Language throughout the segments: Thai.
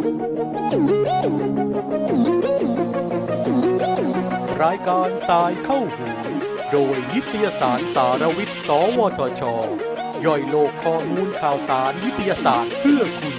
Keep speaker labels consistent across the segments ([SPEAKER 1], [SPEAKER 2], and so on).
[SPEAKER 1] รายการสายเข้าหูโดยนิตยสารสารวิทย์สวทช.ย่อยโลกข้อมูลข่าวสารวิทยาศาสตร์เพื่อคุณ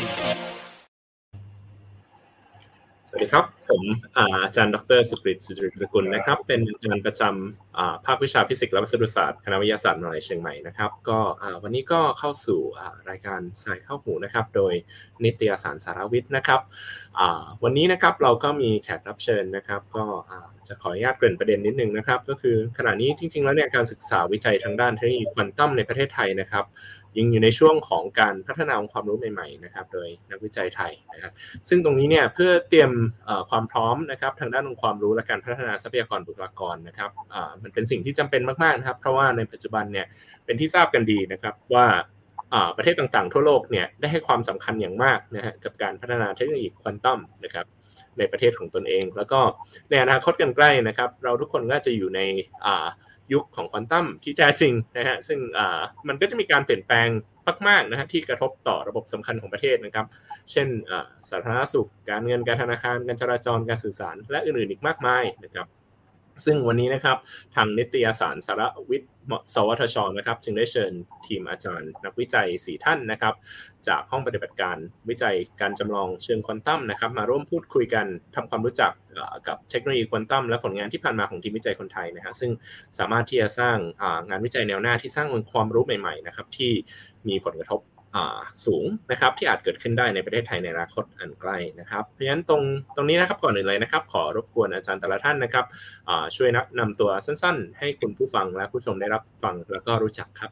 [SPEAKER 2] สวัสดีครับผมอาจารย์ดร.สุกฤต สุจริตสกุลนะครับเป็นอาจารย์ประจำภาควิชาฟิสิกส์และวัสดุศาสตร์คณะวิทยาศาสตร์มหาวิทยาลัยเชียงใหม่นะครับก็วันนี้ก็เข้าสู่รายการสายเข้าหูนะครับโดยนิตยสารสารวิทย์นะครับวันนี้นะครับเราก็มีแขกรับเชิญนะครับก็จะขออนุญาตเกริ่นประเด็นนิดนึงนะครับก็คือขณะนี้จริงๆแล้วเนี่ยการศึกษาวิจัยทางด้านเทคโนโลยีควอนตัมในประเทศไทยนะครับยังอยู่ในช่วงของการพัฒนาองค์ความรู้ใหม่ๆนะครับโดยนักวิจัยไทยนะครับซึ่งตรงนี้เนี่ยเพื่อเตรียมความพร้อมนะครับทางด้านองค์ความรู้และการพัฒนาทรัพยากรบุคลากรนะครับมันเป็นสิ่งที่จำเป็นมากๆนะครับเพราะว่าในปัจจุบันเนี่ยเป็นที่ทราบกันดีนะครับว่าประเทศต่างๆทั่วโลกเนี่ยได้ให้ความสำคัญอย่างมากนะฮะกับการพัฒนาเทคโนโลยีควอนตัมนะครับในประเทศของตนเองแล้วก็ในอนาคตกันใกล้นะครับเราทุกคนก็จะอยู่ในยุคของควอนตัมที่แท้จริงนะฮะซึ่งมันก็จะมีการเปลี่ยนแปลงมากๆนะฮะที่กระทบต่อระบบสำคัญของประเทศนะครับเช่นสาธารณสุขการเงินการธนาคารการจราจรการสื่อสารและอื่นๆอีกมากมายนะครับซึ่งวันนี้นะครับทางนิตยสารสารวิทย์สวทช.นะครับจึงได้เชิญทีมอาจารย์นักวิจัย4ท่านนะครับจากห้องปฏิบัติการวิจัยการจำลองเชิงควอนตัมนะครับมาร่วมพูดคุยกันทำความรู้จักกับเทคโนโลยีควอนตัมและผลงานที่ผ่านมาของทีมวิจัยคนไทยนะฮะซึ่งสามารถที่จะสร้างงานวิจัยแนวหน้าที่สร้างความรู้ใหม่ๆนะครับที่มีผลกระทบสูงนะครับที่อาจเกิดขึ้นได้ในประเทศไทยในอนาคตอันใกล้นะครับเพราะฉะนั้นตรงนี้นะครับก่อนอื่นเลยนะครับขอรบกวนอาจารย์แต่ละท่านนะครับช่วยแนะนำตัวสั้นๆให้คุณผู้ฟังและผู้ชมได้รับฟังแล้วก็รู้จักครับ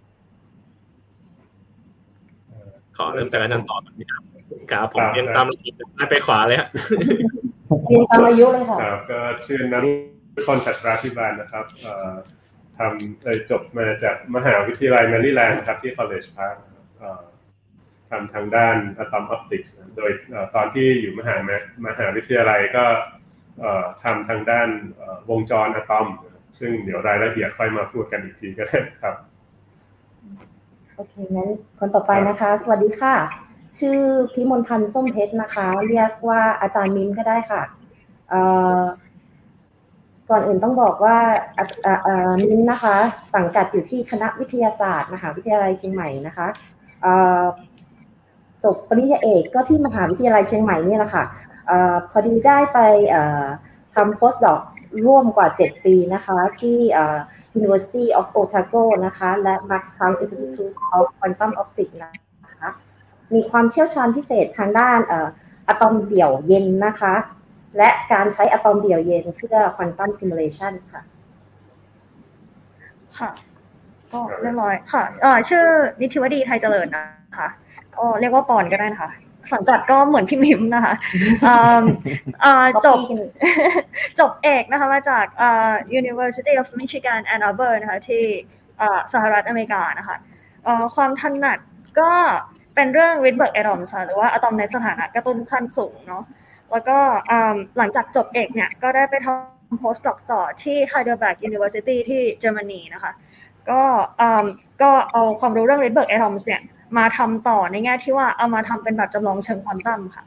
[SPEAKER 2] ขอเริ่มจากอาจารย์ต่อครับผมเรียงตามไปขวาเลยฮะ
[SPEAKER 3] เรียงตามอายุเลยค่ะ
[SPEAKER 4] ครับก็ชื่อนฤพล ฉัตราภิบาลนะครับทำจบมาจากมหาวิทยาลัยแมริแลนด์ครับที่ College Parkทำทางด้าน Atom Optics โดยตอนที่อยู่มหาวิทยาลัยก็ทำทางด้านวงจรอะตอมซึ่งเดี๋ยวรายละเอียดค่อยมาพูดกันอีกทีก็ได้ครับ
[SPEAKER 3] โอเคงั้นคนต่อไปนะคะสวัสดีค่ะชื่อพิมลพันธ์ส้มเพชรนะคะเรียกว่าอาจารย์มิ้มก็ได้ค่ะก่อนอื่นต้องบอกว่ามิ้มนะคะสังกัดอยู่ที่คณะวิทยาศาสตร์มหาวิทยาลัยเชียงใหม่นะคะจบปริญญาเอกก็ที่มหาวิทยาลัยเชียงใหม่นี่แหละค่ะพอดีได้ไปทำ postdoc ร่วมกว่า7ปีนะคะที่University of Otago นะคะและ Max Planck Institute of Quantum Optics นะคะมีความเชี่ยวชาญพิเศษทางด้านอะตอมเดี่ยวเย็นนะคะและการใช้อะตอมเดี่ยวเย็นเพื่อ Quantum Simulation ค่ะ
[SPEAKER 5] ค่ะก็เรียบร้อยค่ะชื่อนิติวดีไทยเจริญนะคะก็เรียกว่าปอนก็ได้นะคะสังกัดก็เหมือนพี่มิมนะคะจบเอกนะคะมาจากUniversity of Michigan Ann Arbor นะคะที่สหรัฐอเมริกานะคะความถนัดก็เป็นเรื่อง Rydberg atoms หรือว่าอะตอมในสถานะกระตุ้นขั้นสูงเนาะแล้วก็หลังจากจบเอกเนี่ยก็ได้ไปทำ postdoc ต่อที่ Heidelberg University ที่เยอรมนีนะคะก็เอาความรู้เรื่อง Rydberg atoms เนี่ยมาทำต่อในแง่ที่ว่าเอามาทำเป็นแบบจำลองเชิงควอนตัมค่ะ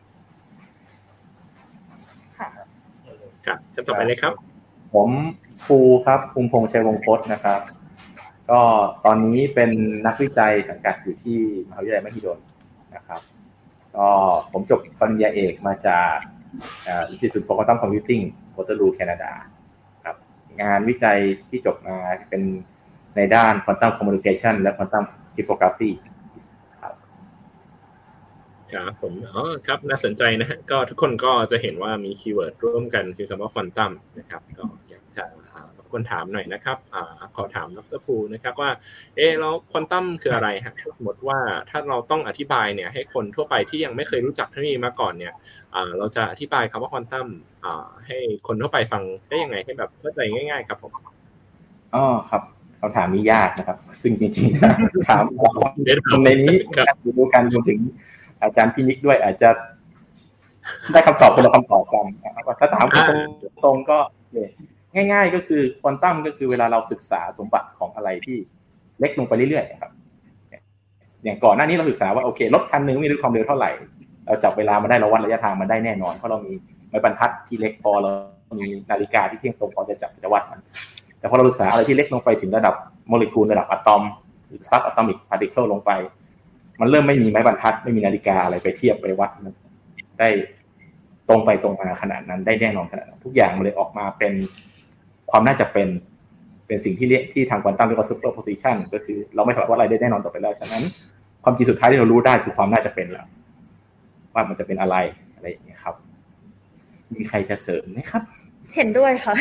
[SPEAKER 2] ค่ะต่อไปเลยครับ
[SPEAKER 6] ผมภูครับภูมิพงษ์ชัยวงศ์พจน์นะครับก็ตอนนี้เป็นนักวิจัยสังกัดอยู่ที่มหาวิทยาลัยมหิดลนะครับก็ผมจบปริญญาเอกมาจากInstitute for Quantum Computing Waterloo แคนาดาครับงานวิจัยที่จบมาเป็นในด้าน Quantum Communication และ Quantum Cryptography
[SPEAKER 2] ครับผมครับน่าสนใจนะฮะก็ทุกคนก็จะเห็นว่ามีคีย์เวิร์ดร่วมกันคือคำว่าควอนตัมนะครับก็อยากจะคนถามหน่อยนะครับขอถามดร.ภูนะครับว่าแล้วควอนตัมคืออะไรฮะสมมติว่าถ้าเราต้องอธิบายเนี่ยให้คนทั่วไปที่ยังไม่เคยรู้จักเทคโนโลยีมาก่อนเนี่ยเราจะอธิบายคำว่าควอนตัมให้คนทั่วไปฟังได้ยังไงให้แบบเข้าใจง่ายๆครับผม
[SPEAKER 6] ครับคำถามนี้ยากนะครับซึ่งจริงๆนะถามคนในนี้ดูกันรวมถึงอาจารย์พินิจด้วยอาจจะได้คำตอบคนละคำตอบกันถ้าถามตรงๆก็ง่ายๆก็คือควอนตัมก็คือเวลาเราศึกษาสมบัติของอะไรที่เล็กลงไปเรื่อยๆครับอย่างก่อนหน้านี้เราศึกษาว่าโอเครถคันนึงมีความเร็วเท่าไหร่เราจับเวลามาได้เราวัดระยะทางมันได้แน่นอนเพราะเรามีไม้บรรทัดที่เล็กพอเรามีนาฬิกาที่เที่ยงตรงพอจะวัดมันแต่พอเราศึกษาอะไรที่เล็กลงไปถึงระดับโมเลกุลระดับอะตอมหรือซับอะตอมิกพาร์ติเคิลลงไปมันเริ่มไม่มีไม้บรรทัดไม่มีนาฬิกาอะไรไปเทียบไปวัดมันได้ตรงไปตรงมาขนาดนั้นได้แน่นอนขนาดนั้นทุกอย่างมันเลยออกมาเป็นความน่าจะเป็นสิ่งที่เรียกที่ทางควอนตัมเรียกว่าซูเปอร์โพซิชันก็คือเราไม่สามารถวัดอะไรได้แน่นอนต่อไปแล้วฉะนั้นความจริงสุดท้ายที่เรารู้ได้คือความน่าจะเป็นแล้วว่ามันจะเป็นอะไรอย่างเงี้ยครับมีใครจะเสริมไหมครับ
[SPEAKER 5] เห็นด้วยค่ะ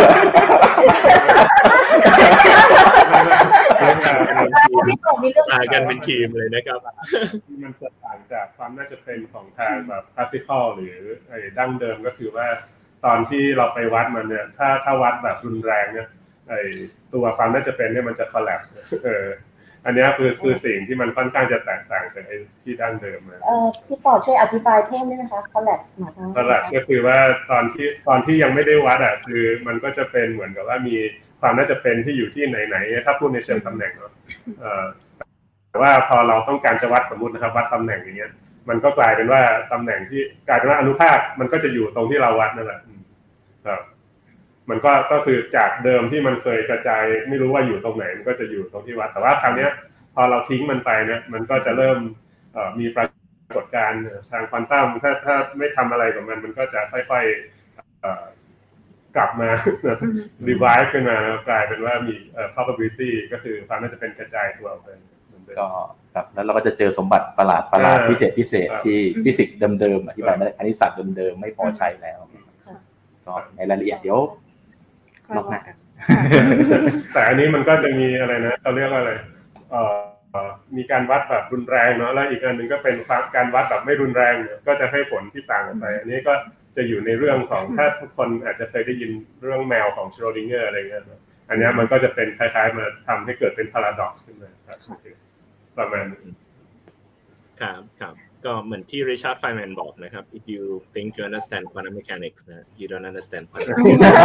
[SPEAKER 2] พี่ต่อมีเรื่องต่างกันเป็นทีมเลยนะครับ
[SPEAKER 4] มันจะต่างจากความน่าจะเป็นของทางแบบคลาสสิคอลหรือไอ้ดั้งเดิมก็คือว่าตอนที่เราไปวัดมันเนี่ยถ้าวัดแบบรุนแรงเนี่ยไอ้ตัวความน่าจะเป็นเนี่ยมันจะ collapse อันนี้คือสิ่งที่มันค่อนข้างจะแตกต่างจากไอ้ที่ดั้งเดิมมา
[SPEAKER 3] พี่ต่อช่วยอธิบายเพิ่มได้ไหมคะ collapse หมายถึง
[SPEAKER 4] collapse ก็คือว่าตอนที่ยังไม่ได้วัดอ่ะคือมันก็จะเป็นเหมือนกับว่ามีความน่าจะเป็นที่อยู่ที่ไหนๆถ้าพูดในเชิงตำแหน่งเนาะแต่ว่าพอเราต้องการจะวัดสมมุตินะครับวัดตำแหน่งอย่างเงี้ยมันก็กลายเป็นว่าตำแหน่งที่กลายเป็นว่าอนุภาคมันก็จะอยู่ตรงที่เราวัดนั่นแหละครับมันก็คือจากเดิมที่มันเคยกระจายไม่รู้ว่าอยู่ตรงไหนมันก็จะอยู่ตรงที่วัดแต่ว่าคราวนี้พอเราทิ้งมันไปเนี่ยมันก็จะเริ่มมีปรากฏการณ์ทางควอนตัมถ้าไม่ทำอะไรกับมันก็จะค่อยๆกลับมา revive ขึ้นมาแล้วกลายเป็นว่ามี probability ก็คือความน่าจะเป็นกระจายตัวออกไป
[SPEAKER 6] ก็ครับแล้วเราก็จะเจอสมบัติประหลาดพิเศษที่ฟิสิกส์เดิมๆอธิบายไม่ได้คณิตศาสตร์เดิมๆไม่พอใช้แล้วก็ในรายละเอียดเดี๋ยวรอบหน้า
[SPEAKER 4] แต่อันนี้มันก็จะมีอะไรนะเราเรียกว่าอะไรมีการวัดแบบรุนแรงเนาะแล้วอีกอันนึงก็เป็นการวัดแบบไม่รุนแรงก็จะให้ผลที่ต่างกันไปอันนี้ก็จะอยู่ในเรื่องของถ้าทุกคนอาจจะเคยได้ยินเรื่องแมวของชโรดิงเกอร์อะไรเงี้ยอันนี้มันก็จะเป็นคล้ายๆมาทำให้เกิดเป็นพาราดอกซ์ขึ้นมาครับประมาณนี้
[SPEAKER 2] ครับก็เหมือนที่ Richard Feynman บอกนะครับ if you think you understand quantum mechanics นะ you don't understand quantum mechanics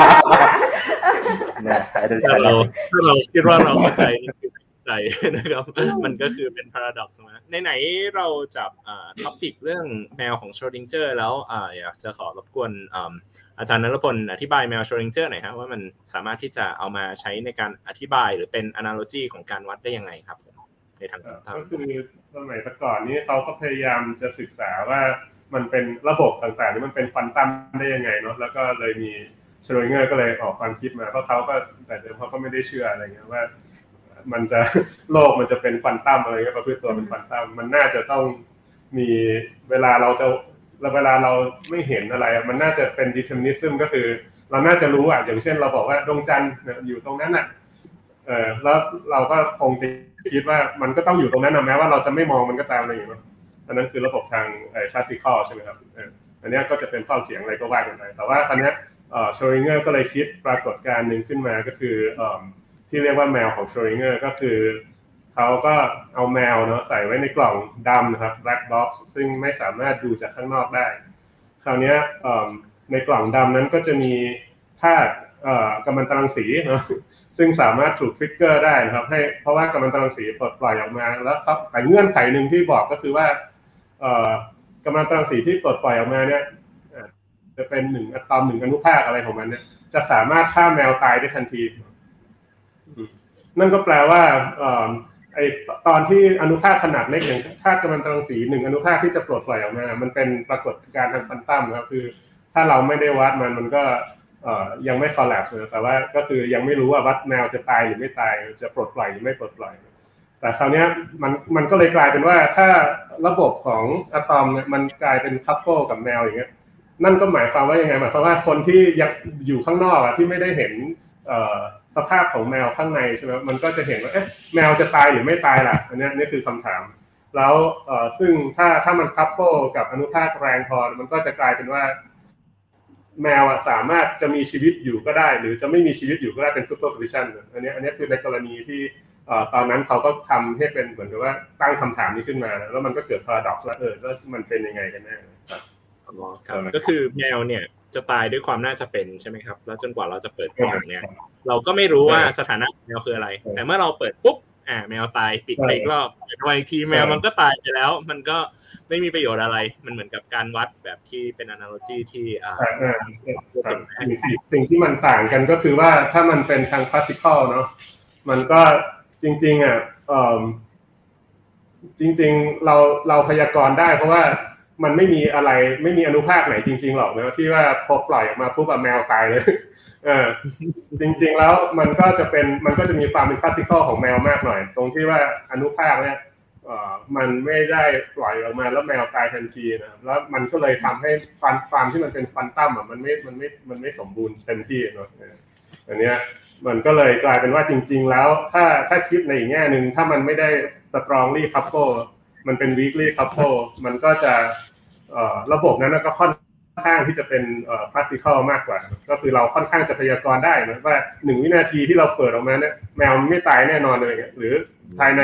[SPEAKER 2] ถ้าเราคิดว่าเราเข้าใจใจนะครับมันก็คือเป็น paradox นะไหนๆเราจับtopic เรื่องแมวของ Schrödinger แล้วอยากจะขอรบกวนอาจารย์ณรพลอธิบายแมว Schrödinger หน่อยครับว่ามันสามารถที่จะเอามาใช้ในการอธิบายหรือเป็น analogy ของการวัดได้ยังไงครับในทาง
[SPEAKER 4] ก็คือสมัยก่อนนี้เขาก็พยายามจะศึกษาว่ามันเป็นระบบต่างๆนี่มันเป็นควอนตัมได้ยังไงเนาะแล้วก็เลยมีชโรดิงเกอร์ก็เลยออกความคิดมาเพราะเขาก็แต่เดิมเขาก็ไม่ได้เชื่ออะไรเงี้ยว่ามันจะโลกมันจะเป็นควอนตัมอะไรเงี้ยประพฤติตัวเป็นควอนตัมมันน่าจะต้องมีเวลาเราไม่เห็นอะไรมันน่าจะเป็น determinism ก็คือเราน่าจะรู้อย่างเช่นเราบอกว่าดวงจันทร์อยู่ตรงนั้นน่ะแล้วเราก็คงจะคิดว่ามันก็ต้องอยู่ตรงนั้นนะแม้ว่าเราจะไม่มองมันก็ตามอะไรอย่างเงี้ยอันนั้นคือระบบทางคลาสสิคอลใช่ไหมครับอันนี้ก็จะเป็นข้อเถียงอะไรก็ว่ากันไปแต่ว่าคราวนี้ชโรดิงเกอร์ก็เลยคิดปรากฏการณ์นึงขึ้นมาก็คือที่เรียกว่าแมวของชโรดิงเกอร์ก็คือเขาก็เอาแมวเนาะใส่ไว้ในกล่องดำนะครับ black box ซึ่งไม่สามารถดูจากข้างนอกได้คราวนี้ในกล่องดำนั้นก็จะมีธาตุกัมมันตรังสีเนาะซึ่งสามารถถูกทริกเกอร์ได้นะครับให้เพราะว่ากัมมันตรังสีปลดปล่อยออกมาแล้วครับแต่เงื่อนไขนึงที่บอกก็คือว่ากัมมันตรังสีที่ปลดปล่อยออกมาเนี่ยจะเป็น1อะตอม1อนุภาคอะไรของมันเนี่ยจะสามารถฆ่าแมวตายได้ทันทีนั่นก็แปลว่าไอตอนที่อนุภาคขนาดเล็กอย่างธาตุกัมมันตรังสี1อนุภาคที่จะปลดปล่อยออกมามันเป็นปรากฏการณ์ทางควอนตัมครับคือถ้าเราไม่ได้วัดมันก็ยังไม่ collapse นะแต่ว่าก็คือยังไม่รู้ว่าวัดแมวจะตายหรือไม่ตายจะปลดปล่อยหรือไม่ปลดปล่อยแต่คราวนี้มันก็เลยกลายเป็นว่าถ้าระบบของอะตอมเนี่ยมันกลายเป็นคัพเปิลกับแมวอย่างเงี้ยนั่นก็หมายความว่ายังไงหมายความว่าคนที่ยังอยู่ข้างนอกที่ไม่ได้เห็นสภาพของแมวข้างในใช่ไหมมันก็จะเห็นว่าแมวจะตายหรือไม่ตายล่ะอันนี้นี่คือคำถามแล้วซึ่งถ้ามันคัพเปิลกับอนุภาคแรงพอมันก็จะกลายเป็นว่าแมวสามารถจะมีชีวิตอยู่ก็ได้หรือจะไม่มีชีวิตอยู่ก็ได้เป็นซูเปอร์โพซิชันอันนี้คือในกรณีที่ตอนนั้นเขาก็ทำให้เป็นเหมือนกับว่าตั้งคำถามนี้ขึ้นมาแล้วมันก็เกิดพาราดอกซ์ว่าแล้วมันเป็นยังไงกันแน่
[SPEAKER 2] ครับก็คือแมวเนี่ยจะตายด้วยความน่าจะเป็นใช่ไหมครับแล้วจนกว่าเราจะเปิดกล่องเนี่ยเราก็ไม่รู้ว่าสถานะแมวคืออะไรแต่เมื่อเราเปิดปุ๊บแมวตายปิดไปอีกรอบแต่อีกทีแมวมันก็ตายไปแล้วมันก็ไม่มีประโยชน์อะไรมันเหมือนกับการวัดแบบที่เป็น analogy ที่
[SPEAKER 4] สิ่งที่มันต่างกันก็คือว่าถ้ามันเป็นทาง classical เนาะมันก็จริงๆจริงๆเราพยากรณ์ได้เพราะว่ามันไม่มีอะไรไม่มีอนุภาคไหนจริงๆหรอกนะที่ว่าพอปล่อยออกมาปุ๊บแมวตายเลยจริงๆแล้วมันก็จะมีความเป็น classical ของแมวมากหน่อยตรงที่ว่าอนุภาคเนี่ยมันไม่ได้ปล่อยออกมาแล้วแมวตายทันทีนะแล้วมันก็เลยทำให้ความที่มันเป็นควอนตัมมันไม่สมบูรณ์เต็มที่เนาะอันเนี้ยมันก็เลยกลายเป็นว่าจริงๆแล้วถ้าคิดในอีกแง่นึงถ้ามันไม่ได้ strongly couple มันเป็น weakly couple มันก็จะระบบนั้นก็ค่อนข้างที่จะเป็นclassical มากกว่าก็คือเราค่อนข้างจะพยากรณ์ได้นะว่า1วินาทีที่เราเปิดออกมาเนี่ยแมวมันไม่ตายแน่นอนเลยหรือภายใน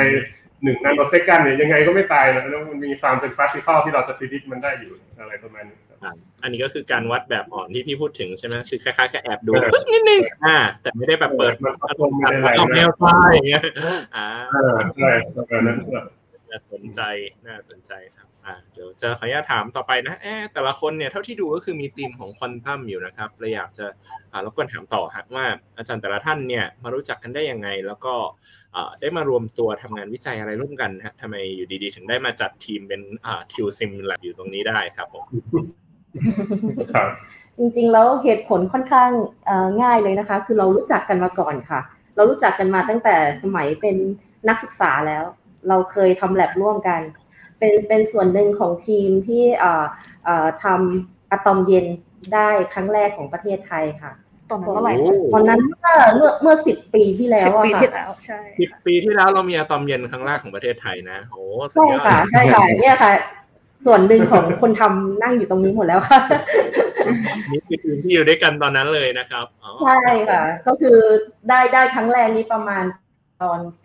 [SPEAKER 4] 1 นาโนเซคันด์เนี่ยยังไงก็ไม่ตายนะแล้วมันมีความเป็น classical ที่เราจะ predict มันได้อยู่อะไรประมาณนี้
[SPEAKER 2] อันนี้ก็คือการวัดแบบอ่อนที่พี่พูดถึงใช่ไหมคือคล้ายๆกับแอบดูนิดนึงแต่ไม่ได้แบบเปิดมันเอาแมวตายอย่างเงี้ย
[SPEAKER 4] ใช่ประมาณนั้น
[SPEAKER 2] น่าสนใจครับเดี๋ยวจะขออนุญาตถามต่อไปนะแต่ละคนเนี่ยเท่าที่ดูก็คือมีธีมของควอนตัมอยู่นะครับเลยอยากจะรบกวนถามต่อฮะว่าอาจารย์แต่ละท่านเนี่ยมารู้จักกันได้ยังไงแล้วก็ได้มารวมตัวทำงานวิจัยอะไรร่วมกันฮะทำไมอยู่ดีๆถึงได้มาจัดทีมเป็นQSIM Lab อยู่ตรงนี้ได้ครับผม
[SPEAKER 3] ครับจริงๆแล้วเหตุผลค่อนข้างง่ายเลยนะคะคือเรารู้จักกันมาก่อนค่ะเรารู้จักกันมาตั้งแต่สมัยเป็นนักศึกษาแล้วเราเคยทำ lab ร่วมกันเป็นส่วนหนึ่งของทีมที่ทำอะตอมเย็นได้ครั้งแรกของประเทศไทยค่ะ
[SPEAKER 5] ตอนนั้นเท่าไหร่
[SPEAKER 3] ตอนนั้นเมื่อ10 ปีที่แล้ว
[SPEAKER 5] อะค่ะใช่
[SPEAKER 2] 10 ปีที่แล้วเรามีอะตอมเย็นครั้งแรกของประเทศไทยนะโอ้
[SPEAKER 3] ใช่ค่ะใช่ค่ะเนี่ยค่ะส่วนหนึ่งของคนทำนั่งอยู่ตรงนี้หมดแล้วค่ะ
[SPEAKER 2] นี่คือทีมที่อยู่ด้วยกันตอนนั้นเลยนะครับ
[SPEAKER 3] ใช่ค่ะก็คือได้ครั้งแรกนี้ประมาณตอนตี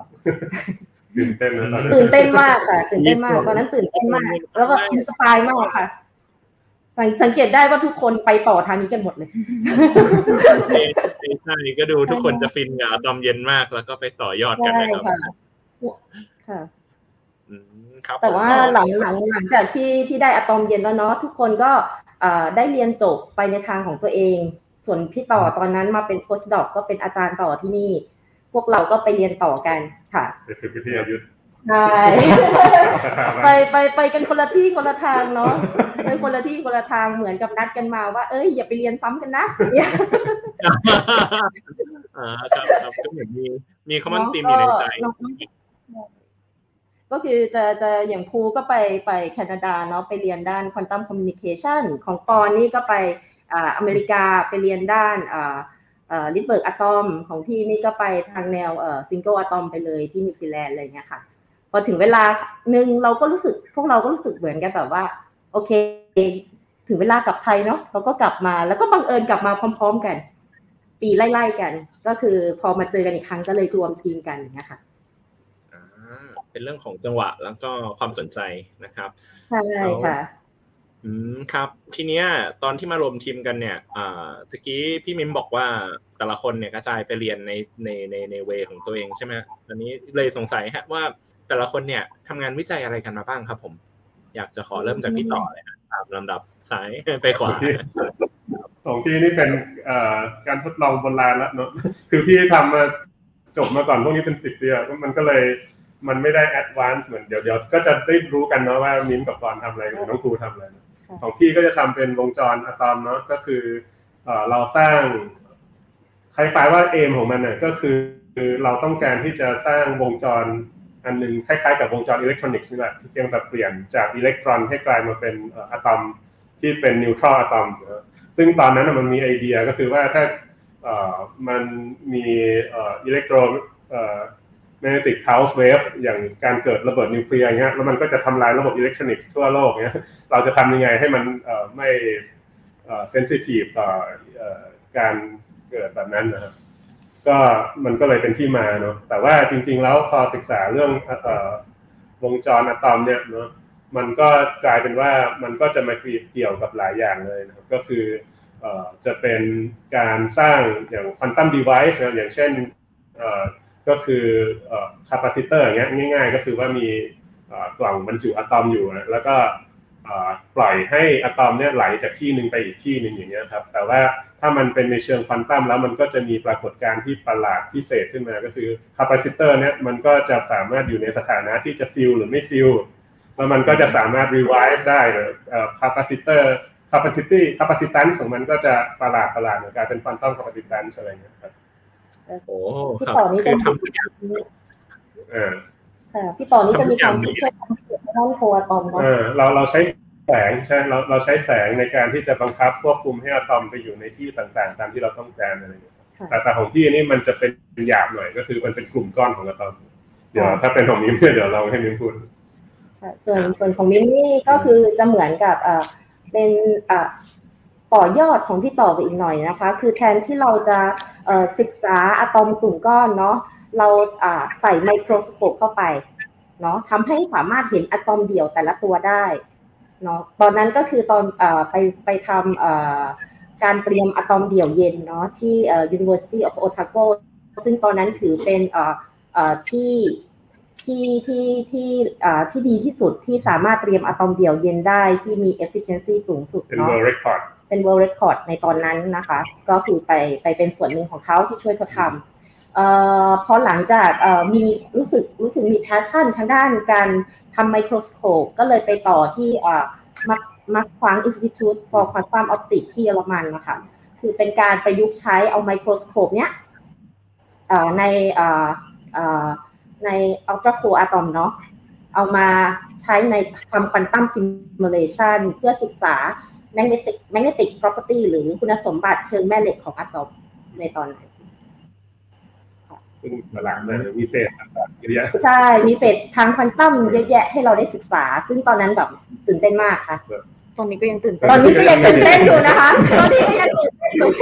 [SPEAKER 3] 2ตื่นเต้นมากค่ะตื่นเต้นมากตอนนั้นตื่นเต้นมากแล้วก็อินสไปร์มากค่ะสังเกตได้ว่าทุกคนไปต่อทางนี้กันหมดเลย
[SPEAKER 2] ใช่ก็ดูทุกคนจะฟินกับอะตอมเย็นมากแล้วก็ไปต่อยอดกันนะครับ
[SPEAKER 3] ค่ะแต่ว่าหลังจากที่ได้อะตอมเย็นแล้วเนาะทุกคนก็ได้เรียนจบไปในทางของตัวเองส่วนพี่ต่อตอนนั้นมาเป็นโพสต์ด็อกก็เป็นอาจารย์ต่อที่นี่พวกเราก็ไปเรียนต่อกันค่ะ
[SPEAKER 4] เป็นวิทยายุทธ
[SPEAKER 3] ใช่ไปกันคนละที่คนละทางเนาะไปคนละที่คนละทางเหมือนกับนัดกันมาว่าอย่าไปเรียนซ้ำกันนะเนี่ย
[SPEAKER 2] ครับก็เหมือนมีคอมมอนธีมอยู่ในใจ
[SPEAKER 3] ก็คือจะอย่างภูก็ไปแคนาดาเนาะไปเรียนด้านควอนตัมคอมมิวนิเคชันของปอนนี่ก็ไปอเมริกาไปเรียนด้านลิดเบิร์กอะตอมของพี่นี่ก็ไปทางแนวซิงเกิลอะตอมไปเลยที่นิวซีแลนด์อะไรเงี้ยค่ะพอถึงเวลานึงเราก็รู้สึกพวกเราก็รู้สึกเหมือนกันแบบว่าโอเคถึงเวลากลับไทยเนาะเราก็กลับมาแล้วก็บังเอิญกลับมาพร้อมๆกันปีไล่ๆกันก็คือพอมาเจอกันอีกครั้งก็เลยรวมทีมกันนะคะ
[SPEAKER 2] เป็นเรื่องของจังหวะแล้วก็ความสนใจนะครับ
[SPEAKER 3] ใช่ค่ะ
[SPEAKER 2] ครับทีเนี้ยตอนที่มารวมทีมกันเนี่ยตะกี้พี่มิมบอกว่าแต่ละคนเนี่ยกระจายไปเรียนในเวของตัวเองใช่ไหมตอนนี้เลยสงสัยฮะว่าแต่ละคนเนี่ยทำงานวิจัยอะไรกันมาบ้างครับผมอยากจะขอเริ่มจากพี่ต่อเลยนะตามลำดับซ้ายไปขวา
[SPEAKER 4] ของพี่นี่เป็นการทดลองโบราณแล้วเนาะคือพี่ทำมาจบมาก่อนพวกนี้เป็น10 ปีมันก็เลยมันไม่ได้แอดวานซ์เหมือนเดี๋ยวก็จะได้รู้กันเนาะว่ามิ้นกับปอนทำอะไรน้องครูทำอะไรของพี่ก็จะทำเป็นวงจรอะตอมเนาะก็คือเราสร้างคล้ายๆว่าเอมของมันเนี่ยก็คือเราต้องการที่จะสร้างวงจรอันนึงคล้ายๆกับวงจรอิเล็กทรอนิกส์นี่แหละที่เพียงแต่เปลี่ยนจากอิเล็กตรอนให้กลายมาเป็นอะตอมที่เป็นนิวทรัลอะตอมซึ่งตอนนั้นมันมีไอเดียก็คือว่าถ้ามันมีอิเล็กโทรmagnetic pulse wave อย่างการเกิดระเบิดนิวเคลียร์เงี้ยแล้วมันก็จะทำลายระบบอิเล็กทรอนิกส์ทั่วโลกเงี้ยเราจะทำยังไงให้มันไม่sensitive ต่อการเกิดแบบนั้นนะครับก็มันก็เลยเป็นที่มาเนาะแต่ว่าจริงๆแล้วพอศึกษาเรื่องวงจรอะตอมเนี่ยเนาะมันก็กลายเป็นว่ามันก็จะมาเกี่ยวกับหลายอย่างเลยนะครับก็คือจะเป็นการสร้างอย่าง quantum device อย่างเช่นก็คือคาปาซิเตอร์อย่างเงี้ยง่ายๆก็คือว่ามีกล่องบรรจุอะตอมอยู่แล้วก็ปล่อยให้อะตอมเนี่ยไหลจากที่นึงไปอีกที่นึงอย่างเงี้ยครับแต่ว่าถ้ามันเป็นในเชิงควอนตัมแล้วมันก็จะมีปรากฏการณ์ที่ประหลาดพิเศษขึ้นมาก็คือคาปาซิเตอร์เนี่ยมันก็จะสามารถอยู่ในสถานะที่จะฟิลหรือไม่ฟิลแล้วมันก็จะสามารถรีไวซ์ได้คาปาซิเตอร์capacitance ของมันก็จะประหลาดกลายเป็นควอนตัม capacitance อะไรอย่างเงี้ยครับ
[SPEAKER 2] โอ้
[SPEAKER 3] พี่ต่อนี้จะ
[SPEAKER 2] ทำทุกอย่าง
[SPEAKER 3] พี่ต่อนี้จะมีความคิดช่วยทำให้เกิดห้องโคอะตอมเนาะ
[SPEAKER 4] เราใช้แสงใช่เราใช้แสงในการที่จะบังคับควบคุมให้อะตอมไปอยู่ในที่ต่างๆตามที่เราต้องการอะไรอย่างเงี้ยแต่ของพี่นี่มันจะเป็นหยาบหน่อยก็คือมันเป็นกลุ่มก้อนของอะตอมเดี๋ยวถ้าเป็นของมิ้มเดี๋ยวเราให้มิ้มพูด
[SPEAKER 3] ส่วนของมิ้มนี่ก็คือจะเหมือนกับเป็นต่อยอดของพี่ต่อไปอีกหน่อยนะคะคือแทนที่เราจะศึกษาอะตอมกลุ่มก้อนเนาะเราใส่ไมโครสโคปเข้าไปเนาะทำให้สามารถเห็นอะตอมเดี่ยวแต่ละตัวได้เนาะตอนนั้นก็คือตอนไปทำการเตรียมอะตอมเดี่ยวเย็นเนาะที่University of Otago ซึ่งตอนนั้นถือเป็นที่ดีที่สุดที่สามารถเตรียมอะตอมเดี่ยวเย็นได้ที่มี efficiency สูงสุดเนาะเป็น world record ในตอนนั้นนะคะก็คือไปเป็นส่วนหนึ่งของเขาที่ช่วยเขาทำพอหลังจากมีรู้สึกมี passion ทางด้านการทำไมโครสโคปก็เลยไปต่อที่Max Planck Institute for Quantum Optics ที่เยอรมันนะคะคือเป็นการประยุกต์ใช้เอาไมโครสโคปเนี้ยใน Ultra Cold Atom เนาะเอามาใช้ในทำ Quantum Simulation เพื่อศึกษา Magnetic Property หรือคุณสมบัติเชิงแม่เหล็กของอะตอมในตอนนั้น
[SPEAKER 4] ซึ่งประหลาดมากมีเฟสต่างๆเยอะแยะ
[SPEAKER 3] ใช่มีเฟสทางควอนตัมเยอะแยะให้เราได้ศึกษาซึ่งตอนนั้นแบบตื่นเต้นมากค่ะ
[SPEAKER 5] ตอนนี้ก็ยังตื่นเต้น
[SPEAKER 3] อยู่นะคะตอนนี้ก็ยังตื่นเต้นอยู่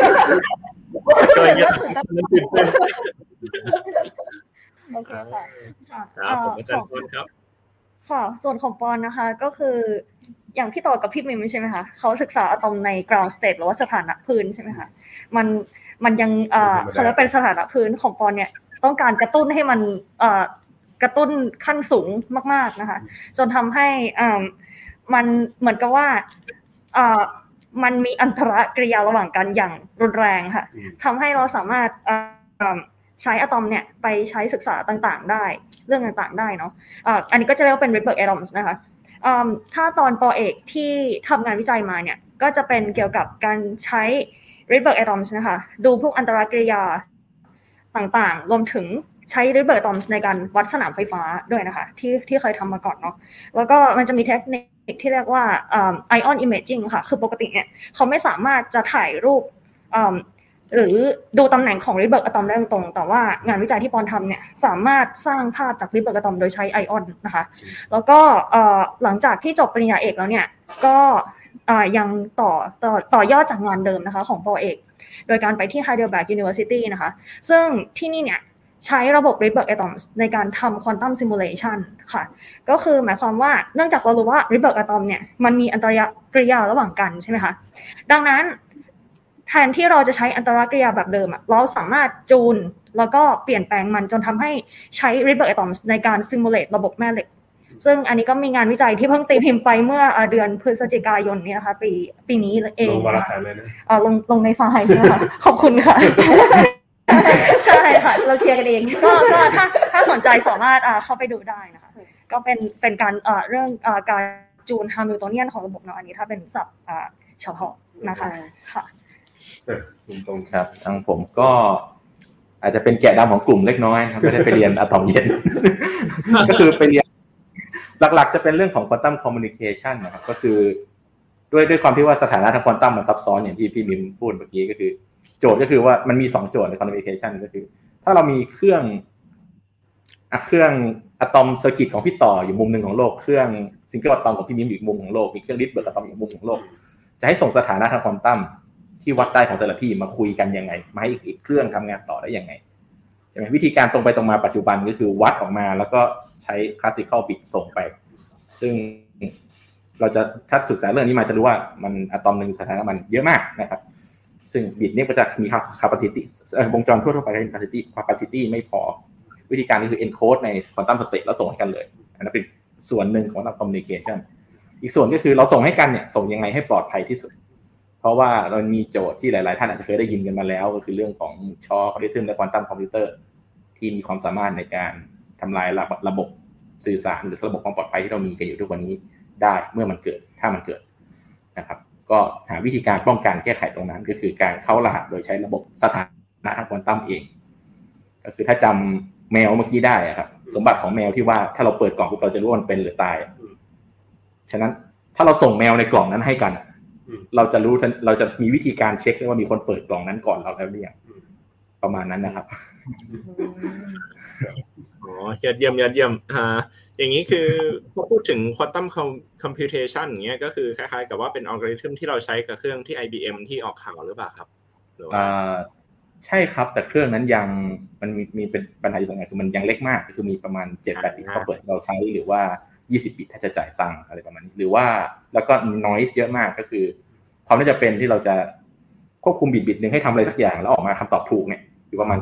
[SPEAKER 5] โอเคค่ะ
[SPEAKER 2] ผมอาจารย์ปอนครับ
[SPEAKER 5] ค่ะส่วนของปอนนะคะก็คืออย่างพี่ต่อกับพี่มิมใช่ไหมคะเขาศึกษาอะตอมใน ground state หรือว่าสถานะพื้นใช่ไหมคะมันยังเขาเรียกเป็นสถานะพื้นของปอนเนี่ยต้องการกระตุ้นให้มันกระตุ้นขั้นสูงมากๆนะคะจนทำให้มันเหมือนกับว่ามันมีอันตรกิริยาระหว่างกันอย่างรุนแรงค่ะทำให้เราสามารถใช้อะตอมเนี่ยไปใช้ศึกษาต่างๆได้เรื่องต่างๆได้เนาะอันนี้ก็จะเรียกว่าเป็น Rydberg atoms นะคะถ้าตอนป.เอกที่ทำงานวิจัยมาเนี่ยก็จะเป็นเกี่ยวกับการใช้ Rydberg atoms นะคะดูพวกอันตรกิริยาต่างๆรวมถึงใช้ Rydberg atoms ในการวัดสนามไฟฟ้าด้วยนะคะที่เคยทำมาก่อนเนาะแล้วก็มันจะมีเทคนิคที่เรียกว่า ion imaging ค่ะคือปกติเนี่ยเขาไม่สามารถจะถ่ายรูปหรือดูตำแหน่งของ Rydberg atom ได้ตรงๆแต่ว่างานวิจัยที่ปอนทำเนี่ยสามารถสร้างภาพจาก Rydberg atom โดยใช้ไอออนนะคะแล้วก็หลังจากที่จบปริญญาเอกแล้วเนี่ยก็ยังต่อยอดจากงานเดิมนะคะของปอเอกโดยการไปที่ Heidelberg University นะคะซึ่งที่นี่เนี่ยใช้ระบบ Rydberg atoms ในการทำ quantum simulation ค่ะก็คือหมายความว่าเนื่องจากเรารู้ว่า Rydberg atom เนี่ยมันมีอันตรกิริยาระหว่างกันใช่ไหมคะดังนั้นแทนที่เราจะใช้อันตรกิริยาแบบเดิมเราสามารถจูนแล้วก็เปลี่ยนแปลงมันจนทำให้ใช้ Rydberg atoms ในการ simulate ระบบแม่เหล็กซึ่งอันนี้ก็มีงานวิจัยที่เพิ่งตีพิมพ์ไปเมื่อเดือนพฤศจิกายนนี้นะคะปีนี้เอง
[SPEAKER 4] ลงวารสารเลยนะ
[SPEAKER 5] ลงในสายใช่ไหมคะขอบคุณค่ะใช่ค่ะ
[SPEAKER 3] เราเชียร์กันเอง
[SPEAKER 5] ก็ถ้าสนใจสามารถเข้าไปดูได้นะคะก็เป็นการเรื่องการจูน Hamiltonian ของระบบเนาะอันนี้ถ้าเป็นศัพท์เฉพาะนะคะค่ะ
[SPEAKER 6] ตรงครับทางผมก็อาจจะเป็นแกะดำของกลุ่มเล็กน้อยครับไม่ได้ไปเรียนอะตอมเย็นก็คือไปเรียนหลักๆจะเป็นเรื่องของ quantum communication นะครับก็คือด้วยความที่ว่าสถานะทางควอนตัมมันซับซ้อนอย่างที่พี่มิมพูดเมื่อกี้ก็คือโจทย์ก็คือว่ามันมี2โจทย์ใน communication ก็คือถ้าเรามีเครื่องอะตอมเซอร์กิตของพี่ต่ออยู่มุมนึงของโลกเครื่องซิงเกิลอะตอมของพี่มิมอยู่มุมของโลกมีเครื่องริดเบิร์กอะตอมอยู่มุมของโลกจะให้ส่งสถานะทางควอนตัมที่วัดได้ของแต่ละที่มาคุยกันยังไงมาให้อีกเครื่องทำงานต่อได้ยังไงใช่ไหมวิธีการตรงไปตรงมาปัจจุบันก็คือวัดออกมาแล้วก็ใช้ classical bit ส่งไปซึ่งเราจะถ้าศึกษาเรื่องนี้มาจะรู้ว่ามันอะตอมนึงสถานะมันเยอะมากนะครับซึ่งบิตนี้ก็จะมี capacity วงจรทั่วๆไปก็มี capacity ไม่พอวิธีการนี้คือ encode ใน quantum state แล้วส่งให้กันเลยอันนั้นเป็นส่วนหนึ่งของ quantum communication อีกส่วนก็คือเราส่งให้กันเนี่ยส่งยังไงให้ปลอดภัยที่สุดเพราะว่าเรามีโจทย์ที่หลายๆท่านอาจจะเคยได้ยินกันมาแล้วก็คือเรื่องของชออัลกอริทึมและ quantum computer ที่มีความสามารถในการทำลายระบบสื่อสารหรือระบบความปลอดภัยที่เรามีกันอยู่ทุกวันนี้ได้เมื่อมันเกิดถ้ามันเกิดนะครับก็หาวิธีการป้องกันแก้ไขตรงนั้นก็คือการเข้ารหัสโดยใช้ระบบสถานะทางควอนตัมเองก็คือถ้าจำแมวเมื่อกี้ได้ครับสมบัติของแมวที่ว่าถ้าเราเปิดกล่องปุ๊บเราจะรู้ว่ามันเป็นหรือตายฉะนั้นถ้าเราส่งแมวในกล่องนั้นให้กันเราจะรู้เราจะมีวิธีการเช็คได้ว่ามีคนเปิดกล่องนั้นก่อนเราแล้วหรือยังประมาณนั้นนะครับ
[SPEAKER 2] อ๋อยอดเยี่ยมอย่างนี้คือพอพูดถึง quantum computation อย่างเงี้ยก็คือคล้ายๆกับว่าเป็นอัลกอริทึมที่เราใช้กับเครื่องที่ IBM ที่ออกข่าวหรือเปล่าครับ
[SPEAKER 6] ใช่ครับแต่เครื่องนั้นยังมันมีเป็นปัญหาอยู่ตรงไหนคือมันยังเล็กมากก็คือมีประมาณ 7-8 บิตเขาเปิดเราใช้หรือว่า20 บิตถ้าจะจ่ายตังค์อะไรประมาณนี้หรือว่าแล้วก็ noise เยอะมากก็คือความน่าจะเป็นที่เราจะควบคุมบิตนึงให้ทำอะไรสักอย่างแล้วออกมาคำตอบถูกเนี่ยอยู่ประมาณ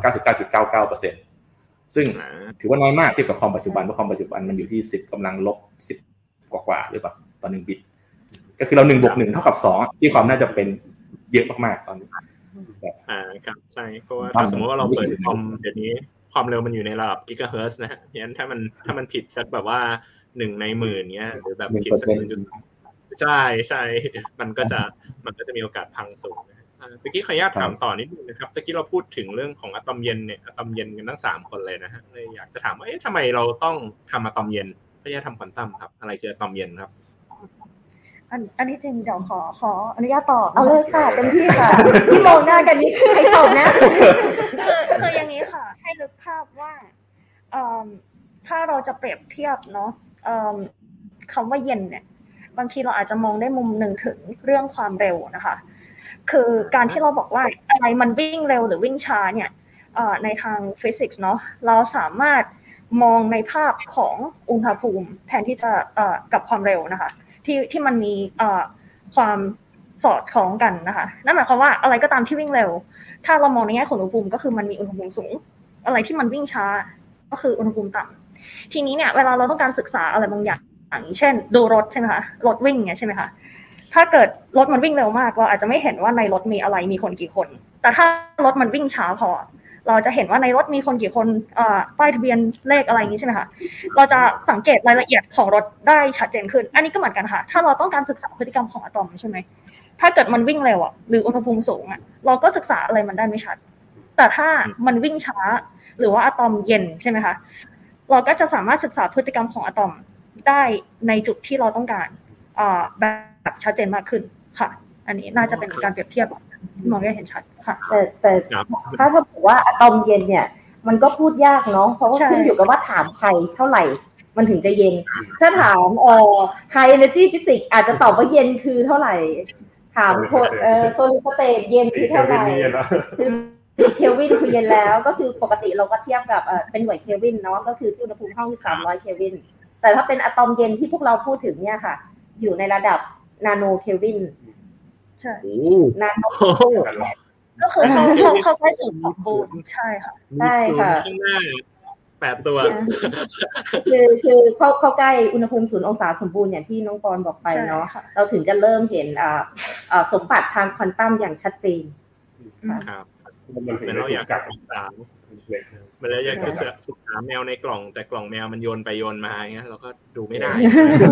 [SPEAKER 6] 99.99% ซึ่งถือว่าน้อยมากเทียบกับคอมปัจจุบันเพราะคอมปัจจุบันมันอยู่ที่10กำลังลบ10กว่าหรือเปล่าต่อ1บิตก็คือเรา1บวก1เท่ากับ2ที่ความน่าจะเป็นเยอะมากๆตอนนี้
[SPEAKER 2] ครับใช่เพราะว่าถ้าสมมติว่าเราเปิดคอมเดี๋ยวนี้ความเร็วมันอยู่ในระดับกิกะเฮิรตซ์นะฮะงั้นถ้ามันผิดสักแบบว่า1ในหมื่นเงี้ยหรือแบบผิดสัก 1.3 ใช่มันก็จะมีโอกาสพังสูงตะกี้ขออนุญาตถามต่อนิดนึงนะครับตะกี้เราพูดถึงเรื่องของอะตอมเย็นเนี่ยอะตอมเย็นกันทั้ง3คนเลยนะฮะเลยอยากจะถามว่าทำไมเราต้องทำอะตอมเย็นเพื่อจะทำควอนตัมครับอะไรคืออะตอมเย็นครับ
[SPEAKER 5] อันนี้จริงเดี๋ยวขออนุญาตตอบ
[SPEAKER 3] เอาเลยค่ะเต็มที่ค่ะที่มองหน้ากันนี้คือให้ตอบนะ
[SPEAKER 5] คืออย่างนี้ค่ะให้นึกภาพว่าถ้าเราจะเปรียบเทียบเนาะคำว่าเย็นเนี่ยบางทีเราอาจจะมองได้มุมหนึ่งถึงเรื่องความเร็วนะคะคือการที่เราบอกว่าอะไรมันวิ่งเร็วหรือวิ่งช้าเนี่ยในทางฟิสิกส์เนาะเราสามารถมองในภาพของอุณหภูมิแทนที่จะกับความเร็วนะคะที่มันมีความสอดคล้องกันนะคะนั่นหมายความว่าอะไรก็ตามที่วิ่งเร็วถ้าเรามองในแง่ของอุณหภูมิก็คือมันมีอุณหภูมิสูงอะไรที่มันวิ่งช้าก็คืออุณหภูมิต่ำทีนี้เนี่ยเวลาเราต้องการศึกษาอะไรบางอย่างเช่นดูรถใช่ไหมคะรถวิ่งเนี่ยใช่ไหมคะถ้าเกิดรถมันวิ่งเร็วมากเราอาจจะไม่เห็นว่าในรถมีอะไรมีคนกี่คนแต่ถ้ารถมันวิ่งช้าพอเราจะเห็นว่าในรถมีคนกี่คนป้ายทะเบียนเลขอะไรอย่างนี้ใช่ไหมคะเราจะสังเกตรายละเอียดของรถได้ชัดเจนขึ้นอันนี้ก็เหมือนกันค่ะถ้าเราต้องการศึกษาพฤติกรรมของอะตอมใช่ไหมถ้าเกิดมันวิ่งเร็วหรืออุณหภูมิสูงเราก็ศึกษาอะไรมันได้ไม่ชัดแต่ถ้ามันวิ่งช้าหรือว่าอะตอมเย็นใช่ไหมคะเราก็จะสามารถศึกษาพฤติกรรมของอะตอมได้ในจุดที่เราต้องการแบบชัดเจนมากขึ้นค่ะอันนี้น่าจะเป็นการเปรียบเทียบมองได้เห็นชัดค่ะ
[SPEAKER 3] แต่ถ้าบอกว่าอะตอมเย็นเนี่ยมันก็พูดยากเนาะเพราะว่าขึ้นอยู่กับว่าถามใครเท่าไหร่มันถึงจะเย็นถ้าถามใคร energy physics อาจจะตอบว่าเย็นคือเท่าไหร่ถามโซลิดสเตทเย็นคือเท่าไหร่คือเคลวินคือเย็นแล้วก็คือปกติเราก็เทียบกับเป็นหน่วยเคลวินเนาะก็คือที่อุณหภูมิห้องที่300เคลวินแต่ถ้าเป็นอะตอมเย็นที่พวกเราพูดถึงเนี่ยค่ะอยู่ในระดับนาโนเคลวินใช่นาโนก็คือเขาใกล้สุดของบูนใช่ค่ะใช่ค่ะ
[SPEAKER 2] ข้างหน้า8ตัว
[SPEAKER 3] คือเข้าใกล้อุณหภูมิ0 องศาสมบูรณ์อย่างที่น้องปอนบอกไปเนาะเราถึงจะเริ่มเห็นสมบัติทางควอนตัมอย่างชัดเจน
[SPEAKER 2] ครับมันเราอยากศึกษามันเลยอยากศึกษาแมวในกล่องแต่กล่องแมวมันโยนไปโยนมาอย่างเงี้ยเราก็ดูไม่ได้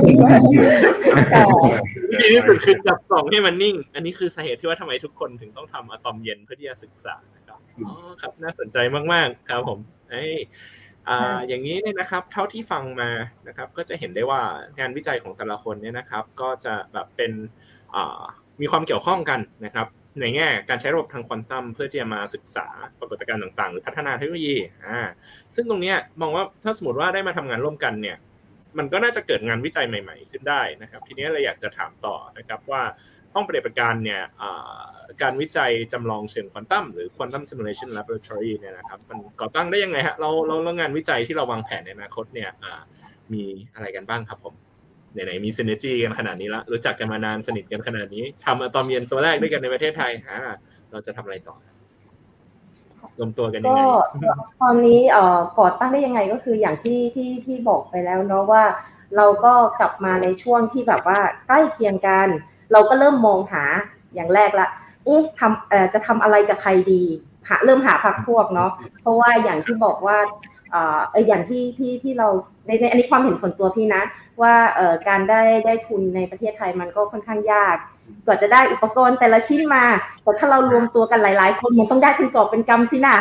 [SPEAKER 2] ดีที่สุดคือจับกล่องให้มันนิ่งอันนี้คือสาเหตุที่ว่าทำไมทุกคนถึงต้องทำอะตอมเย็นเพื่อที่จะศึกษานะครับครับน่าสนใจมากๆครับผมอย่างนี้เนี่ยนะครับเท่าที่ฟังมานะครับก็จะเห็นได้ว่างานวิจัยของแต่ละคนเนี่ยนะครับก็จะแบบเป็นมีความเกี่ยวข้องกันนะครับในแง่การใช้ระบบทางควอนตัมเพื่อจะมาศึกษาปรากฏการณ์ต่างๆหรือพัฒนาเทคโนโลยีซึ่งตรงนี้มองว่าถ้าสมมติว่าได้มาทำงานร่วมกันเนี่ยมันก็น่าจะเกิดงานวิจัยใหม่ๆขึ้นได้นะครับทีนี้เราอยากจะถามต่อนะครับว่าห้องปฏิบัติการเนี่ยการวิจัยจำลองเชิงควอนตัมหรือ Quantum Simulation Laboratory เนี่ยนะครับมันก่อตั้งได้ยังไงฮะเรางานวิจัยที่เราวางแผนในอนาคตเนี่ยมีอะไรกันบ้างครับผมไหนๆมีซินเนอร์จีกันขนาดนี้ละรู้จักกันมานานสนิทกันขนาดนี้ทำอะตอมเย็นตัวแรกด้วยกันในประเทศไทยเราจะทำอะไรต่อรวมตัวกันยังไง
[SPEAKER 3] ก็ตอนนี้ก่อตั้งได้ยังไงก็คืออย่างที่บอกไปแล้วเนาะว่าเราก็กลับมาในช่วงที่แบบว่าใกล้เคียงกันเราก็เริ่มมองหาอย่างแรกละจะทำอะไรกับใครดีเริ่มหาพรรคพวกเนาะเพราะว่าอย่างที่บอกว่าอย่างที่เราในอันนี้ความเห็นส่วนตัวพี่นะว่าการได้ทุนในประเทศไทยมันก็ค่อนข้างยากกว่าจะได้อุปกรณ์แต่ละชิ้นมาแต่ถ้าเรารวมตัวกันหลายๆคนมันต้องได้เป็นกอบเป็นกำสินะ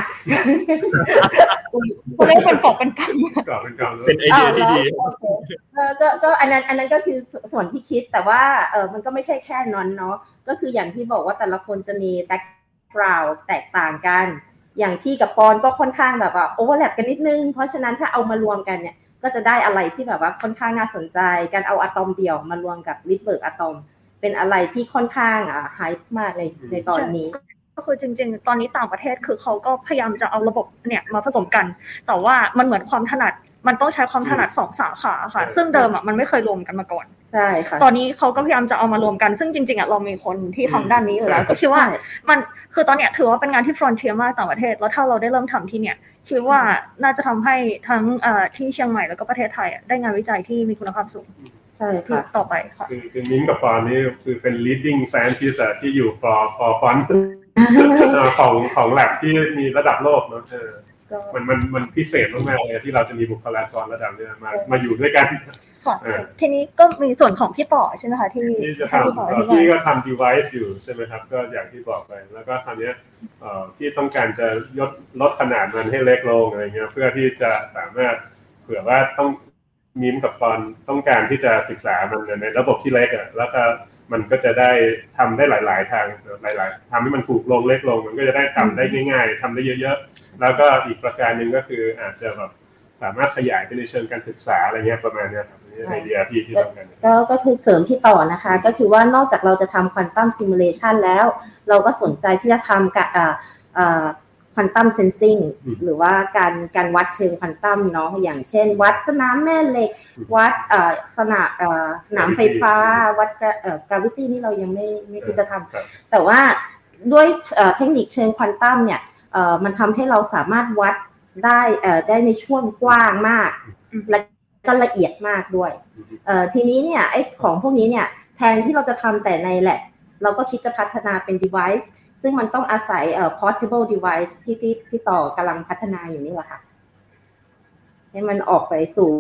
[SPEAKER 5] คุณได้เป็นกอบเป็นก
[SPEAKER 2] ำเป็นไอเดียที่ดี
[SPEAKER 3] ก็อันนั้นก็คือส่วนที่คิดแต่ว่ามันก็ไม่ใช่แค่นั้นเนาะก็คืออย่างที่บอกว่าแต่ละคนจะมีแบ็คกราวด์แตกต่างกันอย่างพี่กับปอนก็ค่อนข้างแบบว่าโอเวอร์แลปกันนิดนึงเพราะฉะนั้นถ้าเอามารวมกันเนี่ยก็จะได้อะไรที่แบบว่าค่อนข้างน่าสนใจการเอาอะตอมเดี่ยวมารวมกับริดเบิร์กอะตอมเป็นอะไรที่ค่อนข้างไฮป์มากในตอนนี้
[SPEAKER 5] ก็คือจริงๆตอนนี้ต่างประเทศคือเขาก็พยายามจะเอาระบบเนี่ยมาผสมกันแต่ว่ามันเหมือนความถนัดมันต้องใช้ความถนัด2สาขาค่ะซึ่งเดิมมันไม่เคยรวมกันมาก่อน
[SPEAKER 3] ใช่ค่ะ
[SPEAKER 5] ตอนนี้เขาก็พยายามจะเอามารวมกันซึ่งจริงๆเรามีคนที่ทำด้านนี้อยู่แล้วก็คิดว่ามันคือตอนเนี้ยถือว่าเป็นงานที่ฟรอนเทียร์มากต่างประเทศแล้วถ้าเราได้เริ่มทำที่เนี่ยคิดว่าน่าจะทำให้ทั้งที่เชียงใหม่แล้วก็ประเทศไทยได้งานวิจัยที่มีคุณภาพสูง
[SPEAKER 3] ใช่ค่ะ
[SPEAKER 5] ต่อไปค่ะ
[SPEAKER 4] คือมิ้งกับปอนนี่คือเป็น leading scientist ที่อยู่ for fund ของ lab ที่มีระดับโลกเนาะมันพิเศษมากๆเลยที่เราจะมีบุคลากรระดับนี้มาอยู่ด้วยกัน
[SPEAKER 5] ทีนี้ก็มีส่วนของพี่ต่อใช่ไหมคะที่
[SPEAKER 4] จะทำพี่ก็ทำ device อยู่ใช่ไหมครับก็อย่างที่บอกไปแล้วก็คราวนี้ที่ต้องการจะลดขนาดมันให้เล็กลงอะไรเงี้ยเพื่อที่จะสามารถเผื่อว่าต้องมิ้มกับปอนต้องการที่จะศึกษามันในระบบที่เล็กแล้วก็มันก็จะได้ทำได้หลายๆทางหลายๆทำให้มันถูกลงเล็กลงมันก็จะได้ทำได้ง่ายๆทำได้เยอะๆแล้วก็อีกประการหนึ่งก็คืออาจจะแบบสามารถขยายไปในเชิงการศึกษาอะไรเงี้ยประมาณนี้ครับไอเดียที่ทำกัน
[SPEAKER 3] ก็คือเสริมที่ต่อนะคะก็คือว่านอกจากเราจะทำควอนตัมซิมูเลชันแล้วเราก็สนใจที่จะทำกับควอนตัมเซนซิงหรือว่าการวัดเชิงควอนตัมเนาะอย่างเช่นวัดสนามแม่เหล็กวัดสนามไฟฟ้าวัดgravity นี่เรายังไม่คิดจะทำแต่ว่าด้วยเทคนิคเชิงควอนตัมเนี่ยมันทำให้เราสามารถวัดได้ในช่วงกว้างมากและก็ละเอียดมากด้วยทีนี้เนี่ยไอ้ของพวกนี้เนี่ยแทนที่เราจะทำแต่ใน lab เราก็คิดจะพัฒนาเป็น device ซึ่งมันต้องอาศัยportable device ที่พี่ต่อกำลังพัฒนาอยู่นี่แหละค่ะให้มันออกไปสู่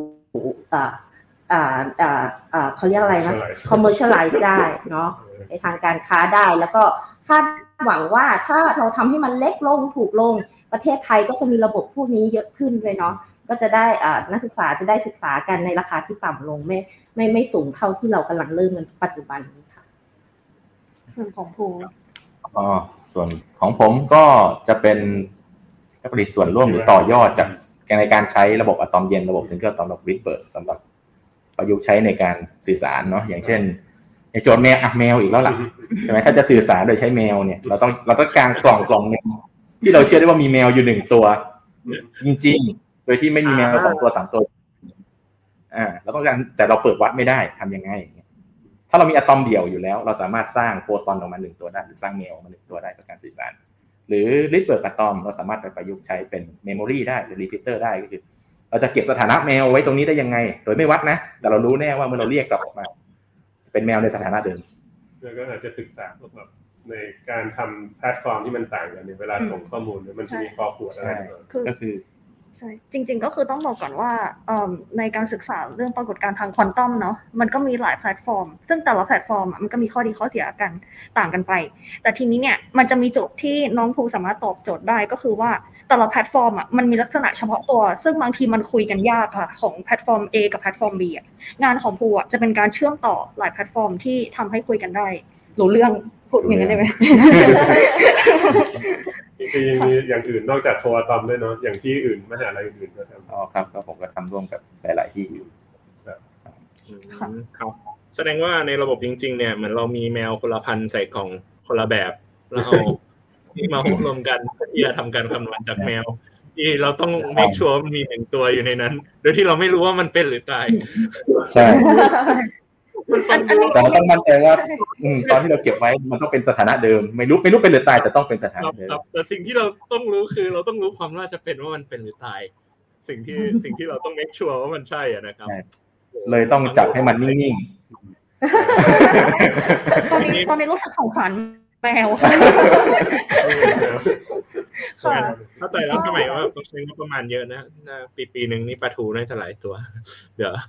[SPEAKER 3] เขาเรียกอะไรนะ commercialize ได้เนาะในทางการค้าได้แล้วก็คาดหวังว่าถ้าเราทำให้มันเล็กลงถูกลงประเทศไทยก็จะมีระบบพวกนี้เยอะขึ้นเลยเนาะก็จะได้นักศึกษาจะได้ศึกษากันในราคาที่ต่ำลงไม่สูงเท่าที่เรากำลังเริ่มในปัจจุบันนี้ค่ะ
[SPEAKER 5] ส่วนของภู
[SPEAKER 6] ส่วนของผมก็จะเป็นผลิตส่วนร่วมหรือต่อยอดจากในการใช้ระบบอะตอมเย็นระบบซิงเกิลอะตอมระบบริดเบิร์กสำหรับประยุกต์ใช้ในการสื่อสารเนาะอย่างเช่นในโจทย์แมวอีกแล้วล่ะใช่ไหมถ้าจะสื่อสารโดยใช้แมวเนี่ยเราต้องกางกล่องนึงที่เราเชื่อได้ว่ามีแมวอยู่1ตัวจริงๆโดยที่ไม่มีแมว2ตัว3ตัวเราต้องการแต่เราเปิดวัดไม่ได้ทำยังไงถ้าเรามีอะตอมเดี่ยวอยู่แล้วเราสามารถสร้างโฟตอนออกมา1ตัวได้หรือสร้างแมวออกมา1ตัวได้กับการสื่อสารหรือริดเบิร์กอะตอมเราสามารถไปประยุกต์ใช้เป็นเมมโมรีได้หรือรีพีเตอร์ได้ก็คือเราจะเก็บสถานะแมวไว้ตรงนี้ได้ยังไงโดยไม่วัดนะแต่เรารู้แน่ว่าเมื่อเราเรียกกลับออกมาเป็นแมวในสถานะเดิม
[SPEAKER 4] แล้วก็อาจจะศึกษาแบบในการทำแพลตฟอร์มที่มันต่างกันในเวลาส่งข้อมูลมันจะมีข้อขวดอะไร
[SPEAKER 6] ก็คือ
[SPEAKER 5] ใช่จริงๆก็คือต้องบอกก่อนว่าในการศึกษาเรื่องปรากฏการณ์ทางควอนตัมเนาะมันก็มีหลายแพลตฟอร์มซึ่งแต่ละแพลตฟอร์มมันก็มีข้อดีข้อเสียกันต่างกันไปแต่ทีนี้เนี่ยมันจะมีโจทย์ที่น้องภูสามารถตอบโจทย์ได้ก็คือว่าแต่ละแพลตฟอร์มมันมีลักษณะเฉพาะตัวซึ่งบางทีมันคุยกันยากค่ะของแพลตฟอร์ม A กับแพลตฟอร์ม B งานของภูจะเป็นการเชื่อมต่อหลายแพลตฟอร์มที่ทำให้คุยกันได้รู้เรื่องพูดอย่างนั้นได้ไหม
[SPEAKER 4] จริงๆมีอย่างอื่นนอกจากโทรอะตอมด้วยเนาะอย่างที่อื่นมหาลัยอื่นก็ทำ
[SPEAKER 6] ครับก็ผมก็ทำร่วมกับหลายๆที่อยู่
[SPEAKER 2] ครับแสดงว่าในระบบจริงๆเนี่ยเหมือนเรามีแมวคนละพันใส่กล่องคนละแบบแล้วเอาที่มารวมกันเพื่อทำการคำนวณจากแมวที่เราต้องเมคชัวร์มี1ตัวอยู่ในนั้นโดยที่เราไม่รู้ว่ามันเป็นหรือตาย
[SPEAKER 6] ใช่แต่ต้องมั่นใจว่าตอนที่เราเก็บไว้มันต้องเป็นสถานะเดิมไม่รู้เป็นหรือตายแต่ต้องเป็นสถานะเดิม
[SPEAKER 2] แต่สิ่งที่เราต้องรู้คือเราต้องรู้ความน่าจะเป็นว่ามันเป็นหรือตายสิ่งที่เราต้อง make sure ว่ามันใช่อ่ะนะครับ
[SPEAKER 6] เลยต้องจับให้มันนิ่ง
[SPEAKER 5] ๆตอนนี้รู้สึกสงสารแมว
[SPEAKER 2] เข้าใจแล้วทำไมว่าต้องใช้งบประมาณเยอะนะปีนึงนี่ปลาทูน่าจะหลายตัวเดี๋ยว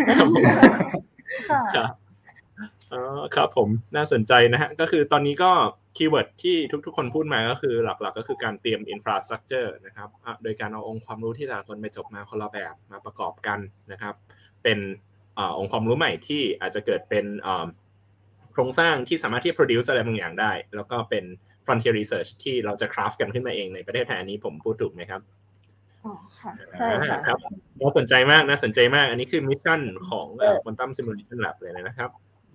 [SPEAKER 2] ครับผมน่าสนใจนะฮะก็คือตอนนี้ก็คีย์เวิร์ดที่ทุกคนพูดมาก็คือหลักๆก็คือการเตรียม infrastructure นะครับโดยการเอาองค์ความรู้ที่แต่ละคนไปจบมาคนละแบบมาประกอบกันนะครับเป็นองค์ความรู้ใหม่ที่อาจจะเกิดเป็นโครงสร้างที่สามารถที่ produce อะไรบางอย่างได้แล้วก็เป็น frontier research ที่เราจะ craft กันขึ้นมาเองในประเทศไทยอันนี้ผมพูดถูกไหมครับ
[SPEAKER 5] อ๋อค่ะใช่ค่ะ
[SPEAKER 2] ครับน่าสนใจมากอันนี้คือมิชชั่นของ Quantum Simulation Lab เลยนะครับ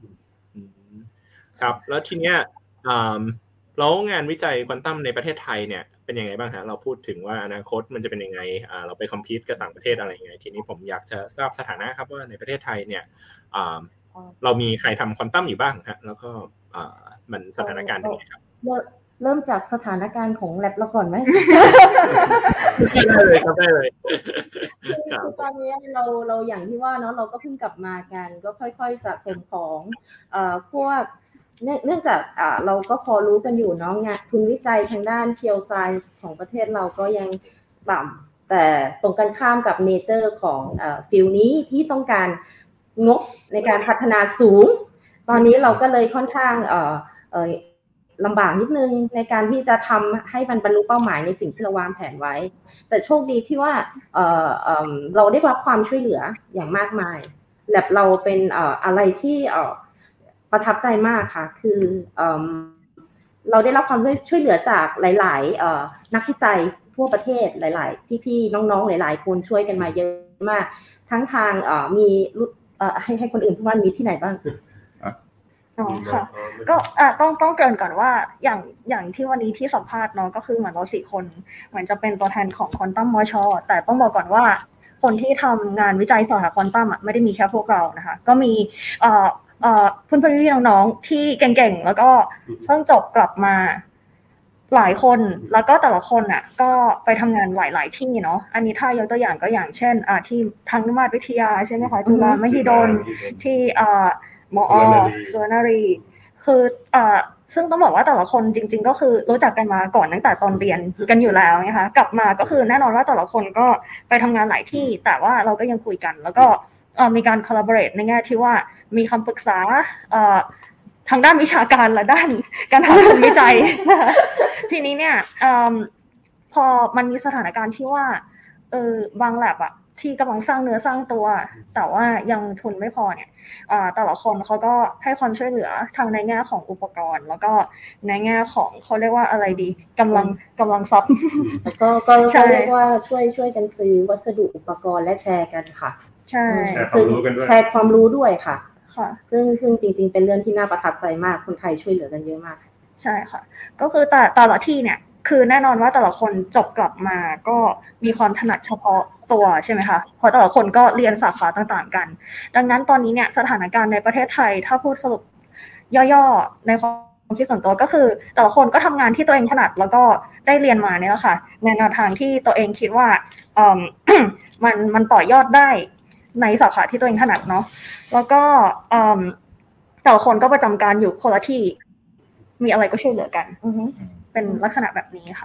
[SPEAKER 2] ครับแล้วทีเนี้ยแล้วงานวิจัยควอนตัมในประเทศไทยเนี่ยเป็นยังไงบ้างฮะเราพูดถึงว่าอนาคตมันจะเป็นยังไงเราไปคอมพีทกับต่างประเทศอะไรยังไงทีนี้ผมอยากจะทราบสถานะครับว่าในประเทศไทยเนี่ยเรามีใครทำควอนตัมอยู่บ้างฮะแล้วก็มันสถานการณ์เป็นยังไงครับ
[SPEAKER 3] เริ่มจากสถานการณ์ของแลบเราก่อนไหม
[SPEAKER 2] ได้เลยครับได้เลย
[SPEAKER 3] คือตอนนี้เราอย่างที่ว่าเนาะเราก็เพิ่งกลับมากันก็ค่อยๆสะสมของพวกเนื่องจากเราก็พอรู้กันอยู่เนาะงานทุนวิจัยทางด้าน Pure Science ของประเทศเราก็ยังต่ำแต่ตรงกันข้ามกับเนเจอร์ของฟิลนี้ที่ต้องการงบในการพัฒนาสูงตอนนี้เราก็เลยค่อนข้างลำบากนิดนึงในการที่จะทำให้มันบรรลุเป้าหมายในสิ่งที่เราวางแผนไว้แต่โชคดีที่ว่าเราได้รับความช่วยเหลืออย่างมากมายแลบเราเป็นอะไรที่ประทับใจมากค่ะคือเราได้รับความช่วยเหลือจากหลายๆนักวิจัยทั่วประเทศหลายๆพี่ๆน้องๆหลายๆคนช่วยกันมาเยอะมากทั้งทางมีให้คนอื่นพูดว่ามีที่ไหนบ้าง
[SPEAKER 5] อ๋อค่ะก็ต้องเกริ่นก่อนว่าอย่างที่วันนี้ที่สัมภาษณ์เนาะก็คือเหมือนเรา4คนเหมือนจะเป็นตัวแทนของควอนตัมมช.แต่ต้องบอกก่อนว่าคนที่ทำงานวิจัยสายควอนตัมไม่ได้มีแค่พวกเรานะคะก็มีเพื่อนๆพี่ๆน้องๆที่เก่งๆแล้วก็เพิ่งจบกลับมาหลายคนแล้วก็แต่ละคนก็ไปทำงานหลายๆที่เนาะอันนี้ถ้ายกตัวอย่างก็อย่างเช่นที่ทางนิมาศวิทยาใช่ไหมคะจุฬามหิดลที่มอ.สุวรรณรีคือซึ่งต้องบอกว่าแต่ละคนจริงๆก็คือรู้จักกันมาก่อนตั้งแต่ตอนเรียนกันอยู่แล้วนะคะกลับมาก็คือแน่นอนว่าแต่ละคนก็ไปทำงานหลายที่แต่ว่าเราก็ยังคุยกันแล้วก็มีการ collaborate ในแง่ที่ว่ามีคำปรึกษาทางด้านวิชาการและด้านการทำงานวิจัยทีนี้เนี่ยพอมันมีสถานการณ์ที่ว่าบางแลบที่กำลังสร้างเนื้อสร้างตัวแต่ว่ายังทุนไม่พอเนี่ยแต่ละคนเขาก็ให้ความช่วยเหลือทางในแง่ของอุปกรณ์แล้วก็ในแง่ของเขาเรียกว่าอะไรดีกำลังทรัพย์
[SPEAKER 3] แล้วก็เรียกว่าช่วยกันซื้อวัสดุอุปกรณ์และแชร์กันค่ะ
[SPEAKER 5] ใช่
[SPEAKER 3] แชร์ความรู้ด้วยค่ะซึ่งจริงๆเป็นเรื่องที่น่าประทับใจมากคนไทยช่วยเหลือกันเยอะมาก
[SPEAKER 5] ใช่ค่ะก็คือแต่ละที่เนี่ยคือแน่นอนว่าแต่ละคนจบกลับมาก็มีความถนัดเฉพาะตัวใช่ไหมคะเพราะแต่ละคนก็เรียนสาขาต่างๆกันดังนั้นตอนนี้เนี่ยสถานการณ์ในประเทศไทยถ้าพูดสรุปย่อๆในความคิดส่วนตัวก็คือแต่ละคนก็ทำงานที่ตัวเองถนัดแล้วก็ได้เรียนมาเนี่ยแหละค่ะในแนวทางที่ตัวเองคิดว่ามันต่อยอดได้ในสาขาที่ตัวเองถนัดเนาะแล้วก็แต่ละคนก็ประจำการอยู่คนละที่มีอะไรก็ช่วยเหลือกันเป็นลักษณะแบบนี้ค่ะ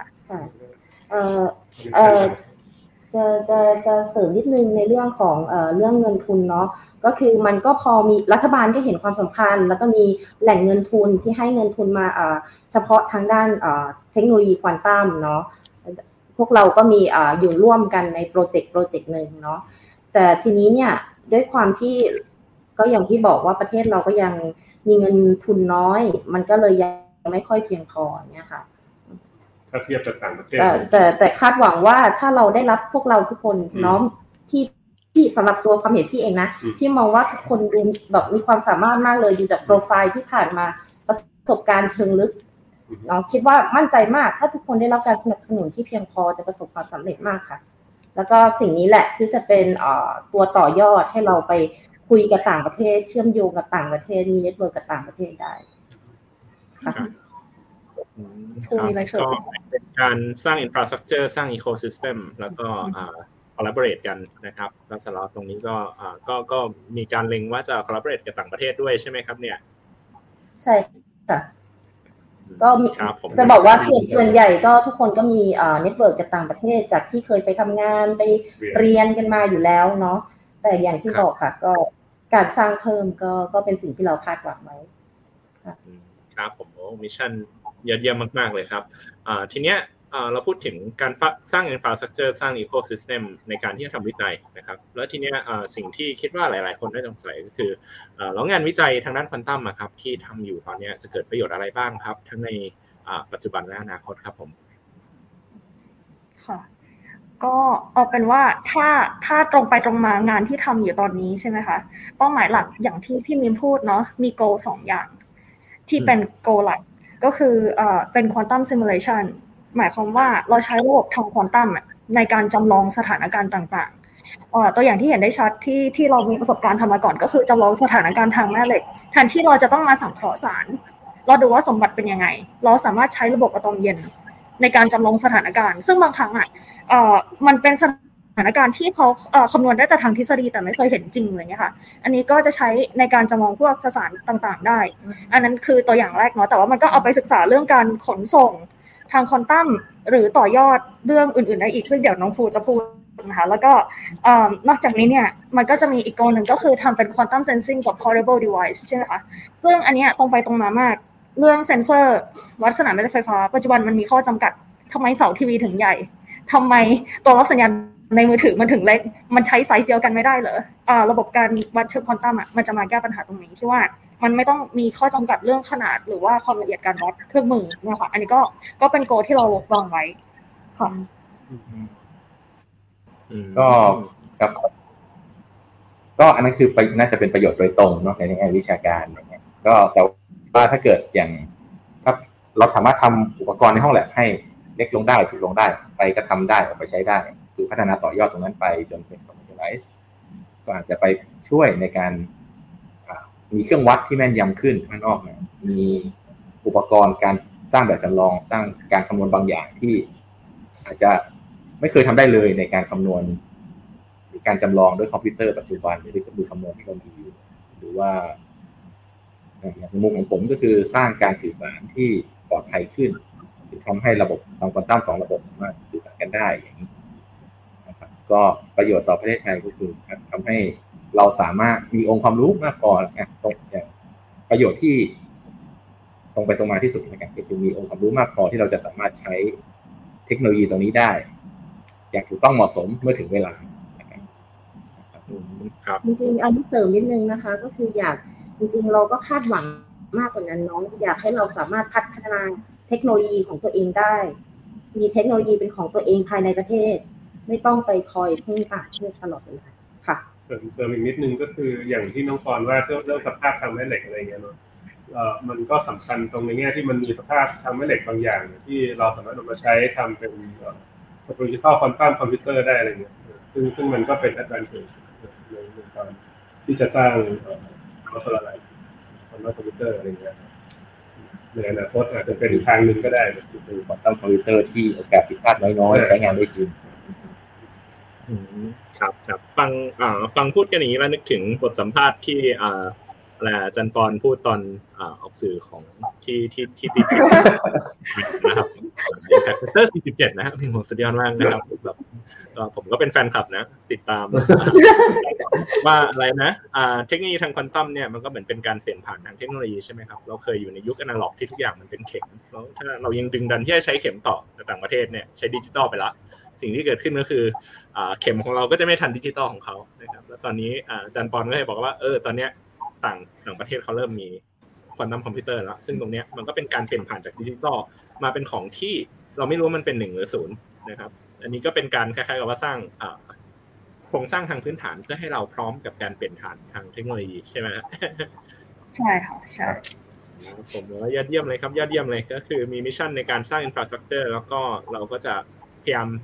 [SPEAKER 3] จะเสริมนิดนึงในเรื่องของเรื่องเงินทุนเนาะก็คือมันก็พอมีรัฐบาลก็เห็นความสำคัญแล้วก็มีแหล่งเงินทุนที่ให้เงินทุนมาเฉพาะทางด้านเทคโนโลยีควอนตัมเนาะพวกเราก็มีอยู่ร่วมกันในโปรเจกต์นึงเนาะแต่ทีนี้เนี่ยด้วยความที่ก็อย่างที่บอกว่าประเทศเราก็ยังมีเงินทุนน้อยมันก็เลยยังไม่ค่อยเพียงพอเนี่ยค่ะ
[SPEAKER 4] ถ้าเทียบกับต่างประเทศ
[SPEAKER 3] แต่คาดหวังว่าถ้าเราได้รับพวกเราทุกคนน้องที่สำหรับตัวความเห็นพี่เองนะพี่มองว่าทุกคนดูแบบมีความสามารถมากเลยดูจากโปรไฟล์ที่ผ่านมาประสบการณ์เชิงลึกน้องคิดว่ามั่นใจมากถ้าทุกคนได้รับการสนับสนุนที่เพียงพอจะประสบความสำเร็จมากค่ะแล้วก็สิ่งนี้แหละที่จะเป็นตัวต่อยอดให้เราไปคุยกับต่างประเทศเชื่อมโยงกับต่างประเทศมีเน็ตเวิร์กกับต่างประเทศได้ค่ะ
[SPEAKER 5] ครูมีอะไรเสริม
[SPEAKER 2] ก็เป็นการสร้าง infrastructure สร้าง ecosystem แล้วก็collaborate กันนะครับแล้วสำหรับตรงนี้ก็มีการเล็งว่าจะ collaborate กับต่างประเทศด้วยใช่ไหมครับเนี่ย
[SPEAKER 3] ใช่ค่ะก็จะบอกว่าส่วนใหญ่ก็ทุกคนก็มีเน็ตเวิร์กจากต่างประเทศจากที่เคยไปทำงานไปเรียนกันมาอยู่แล้วเนาะแต่อย่างที่บอกค่ะก็การสร้างเพิ่มก็เป็นสิ่งที่เราคาดหวังไว้
[SPEAKER 2] ครับผมมิชชั่นยอดเยี่ยมมากๆเลยครับทีเนี้ยเราพูดถึงการสร้าง infrastructure สร้าง ecosystem ในการที่จะทำวิจัยนะครับแล้วทีเนี้ยสิ่งที่คิดว่าหลายๆคนได้สงสัยก็คือแล้วงานวิจัยทางด้านควอนตัมครับที่ทำอยู่ตอนนี้จะเกิดประโยชน์อะไรบ้างครับทั้งในปัจจุบันและอนาคตครับผม
[SPEAKER 5] ค่ะก็เอาเป็นว่าถ้าตรงไปตรงมางานที่ทำอยู่ตอนนี้ใช่ไหมคะเป้าหมายหลักอย่างที่พี่มิมพูดเนาะมี goal 2 อย่างที่เป็น goal หลักก็คือเป็น quantum simulation หมายความว่าเราใช้ระบบทางควอนตัมในการจำลองสถานการณ์ต่างๆตัวอย่างที่เห็นได้ชัดที่เรามีประสบการณ์ทำมาก่อนก็คือจำลองสถานการณ์ทางแม่เหล็กแทนที่เราจะต้องมาสังเคราะห์สารเราดูว่าสมบัติเป็นยังไงเราสามารถใช้ระบบอะตอมเย็นในการจำลองสถานการณ์ซึ่งบางครั้งมันเป็นสถานการณ์ที่เขาคำนวณได้แต่ทางทฤษฎีแต่ไม่เคยเห็นจริงเลยเนี่ยค่ะอันนี้ก็จะใช้ในการจำลองพวกสสารต่างๆได้อันนั้นคือตัวอย่างแรกเนาะแต่ว่ามันก็เอาไปศึกษาเรื่องการขนส่งทางควอนตัมหรือต่อยอดเรื่องอื่นๆได้อีกซึ่งเดี๋ยวน้องภูจะพูดนะคะแล้วก็นอกจากนี้เนี่ยมันก็จะมีอีกโกนึงก็คือทำเป็น quantum sensing กับ portable device ใช่ไหมคะซึ่งอันนี้ตรงไปตรงมามากเรื่องเซนเซอร์วัดสนามแม่เหล็กไฟฟ้าปัจจุบันมันมีข้อจำกัดทำไมเสาทีวีถึงใหญ่ทำไมตัวรับสัญญาณในมือถือมันถึงเล็กมันใช้ไซส์เดียวกันไม่ได้เหรอระบบการวัดเชิงควอนตัมมันจะมาแก้ปัญหาตรงนี้ที่ว่ามันไม่ต้องมีข้อจำกัดเรื่องขนาดหรือว่าความละเอียดการวัดเครื่องมือนะคะอันนี้ก็เป็นโกที่เราวางไว้ค่ะ
[SPEAKER 6] ก็ครับก็อันนั้นคือน่าจะเป็นประโยชน์โดยตรงเนาะในงานวิชาการอย่างเงี้ยก็แต่ว่าถ้าเกิดอย่างถ้าเราสามารถทำอุปกรณ์ในห้องแลบให้เล็กลงได้ถูกลงได้ใครก็ทำได้เอาไปใช้ได้คือพัฒนาต่อยอดตรงนั้นไปจนเป็น commercialize ก็อาจจะไปช่วยในการมีเครื่องวัดที่แม่นยำขึ้นข้างนอกเนี่ยมีอุปกรณ์การสร้างแบบจำลองสร้างการคำนวณบางอย่างที่อาจจะไม่เคยทำได้เลยในการคำนวณหรือการจำลองด้วยคอมพิวเตอร์ปัจจุบันหรือด้วยเครื่องมือคำนวณที่เรามีอยู่หรือว่าในมุมของผมก็คือสร้างการสื่อสารที่ปลอดภัยขึ้นหรือทำให้ระบบทางควอนตัม2ระบบสามารถสื่อสารกันได้อย่างนี้นะครับก็ประโยชน์ต่อประเทศไทยก็คือทำให้เราสามารถมีองค์ความรู้มากพอตรงอย่างประโยชน์ที่ตรงไปตรงมาที่สุดนะครับก็คือมีองค์ความรู้มากพอที่เราจะสามารถใช้เทคโนโลยีตรงนี้ได้อย่างถูกต้องเหมาะสมเมื่อถึงเวลา
[SPEAKER 2] ครับ
[SPEAKER 3] จริงๆอันนี้เสริมนิดนึงนะคะก็คือจริงๆเราก็คาดหวังมากกว่านั้นน้องอยากให้เราสามารถพัฒนาเทคโนโลยีของตัวเองได้มีเทคโนโลยีเป็นของตัวเองภายในประเทศไม่ต้องไปคอยพึ่งต่างประเทศตลอดเวลาค่ะ
[SPEAKER 4] เสริมอีกนิดนึงก็คืออย่างที่น้องกรณ์ว่าเรื่องสภาพทางแม่เหล็กอะไรเงี้ยเนาะมันก็สำคัญตรงในแง่ที่มันมีสภาพทางแม่เหล็กบางอย่างที่เราสามารถนำมาใช้ทำเป็นlogical quantum computer ได้อะไรเงี้ยซึ่งมันก็เป็น advantage ในการที่จะสร้างquantum computer อะไรเงี้ยในอนาคตอาจจะเป็นทางหนึ่งก็ได้
[SPEAKER 6] คือquantum computer ที่โอกาสผิดพลาดน้อยๆใช้งานได้จริง
[SPEAKER 2] ครับฟังพูดกันอย่างนี้แล้วนึกถึงบทสัมภาษณ์ที่อาจารย์ปอนพูดตอนออกสื่อของที่ติดนะครับเตอร์47นะครับเป็นของสุดยอดมากนะครับแบบผมก็เป็นแฟนคลับนะติดตามว่าอะไรนะเทคโนโลยีทางควอนตัมเนี่ยมันก็เหมือนเป็นการเปลี่ยนผ่านทางเทคโนโลยีใช่ไหมครับเราเคยอยู่ในยุคอนาล็อกที่ทุกอย่างมันเป็นเข็มแล้วถ้าเรายังดึงดันที่จะใช้เข็มต่อในต่างประเทศเนี่ยใช้ดิจิตอลไปแล้วสิ่งที่เกิดขึ้นก็คือเข็มของเราก็จะไม่ทันดิจิตอลของเขานะครับแล้วตอนนี้อาจารย์ปอนก็เลยบอกว่าตอนเนี้ยต่างประเทศเขาเริ่มมีควอนตัมคอมพิวเตอร์แล้วซึ่งตรงเนี้ยมันก็เป็นการเปลี่ยนผ่านจากดิจิตอลมาเป็นของที่เราไม่รู้ว่ามันเป็น1หรือ0นะครับอันนี้ก็เป็นการคล้ายๆกับว่าสร้างโครงสร้างทางพื้นฐานเพื่อให้เราพร้อมกับการเปลี่ยนผ่านทางเทคโนโลยีใช่ไหม
[SPEAKER 5] ใช่ค่ะใช่
[SPEAKER 2] ผมว่ายอดเยี่ยมเลยครับยอดเยี่ยมเลยก็คือมีมิชชั่นในการสร้างอินฟราสตรัคเจอร์แล้วก็เราก็จะพยายาม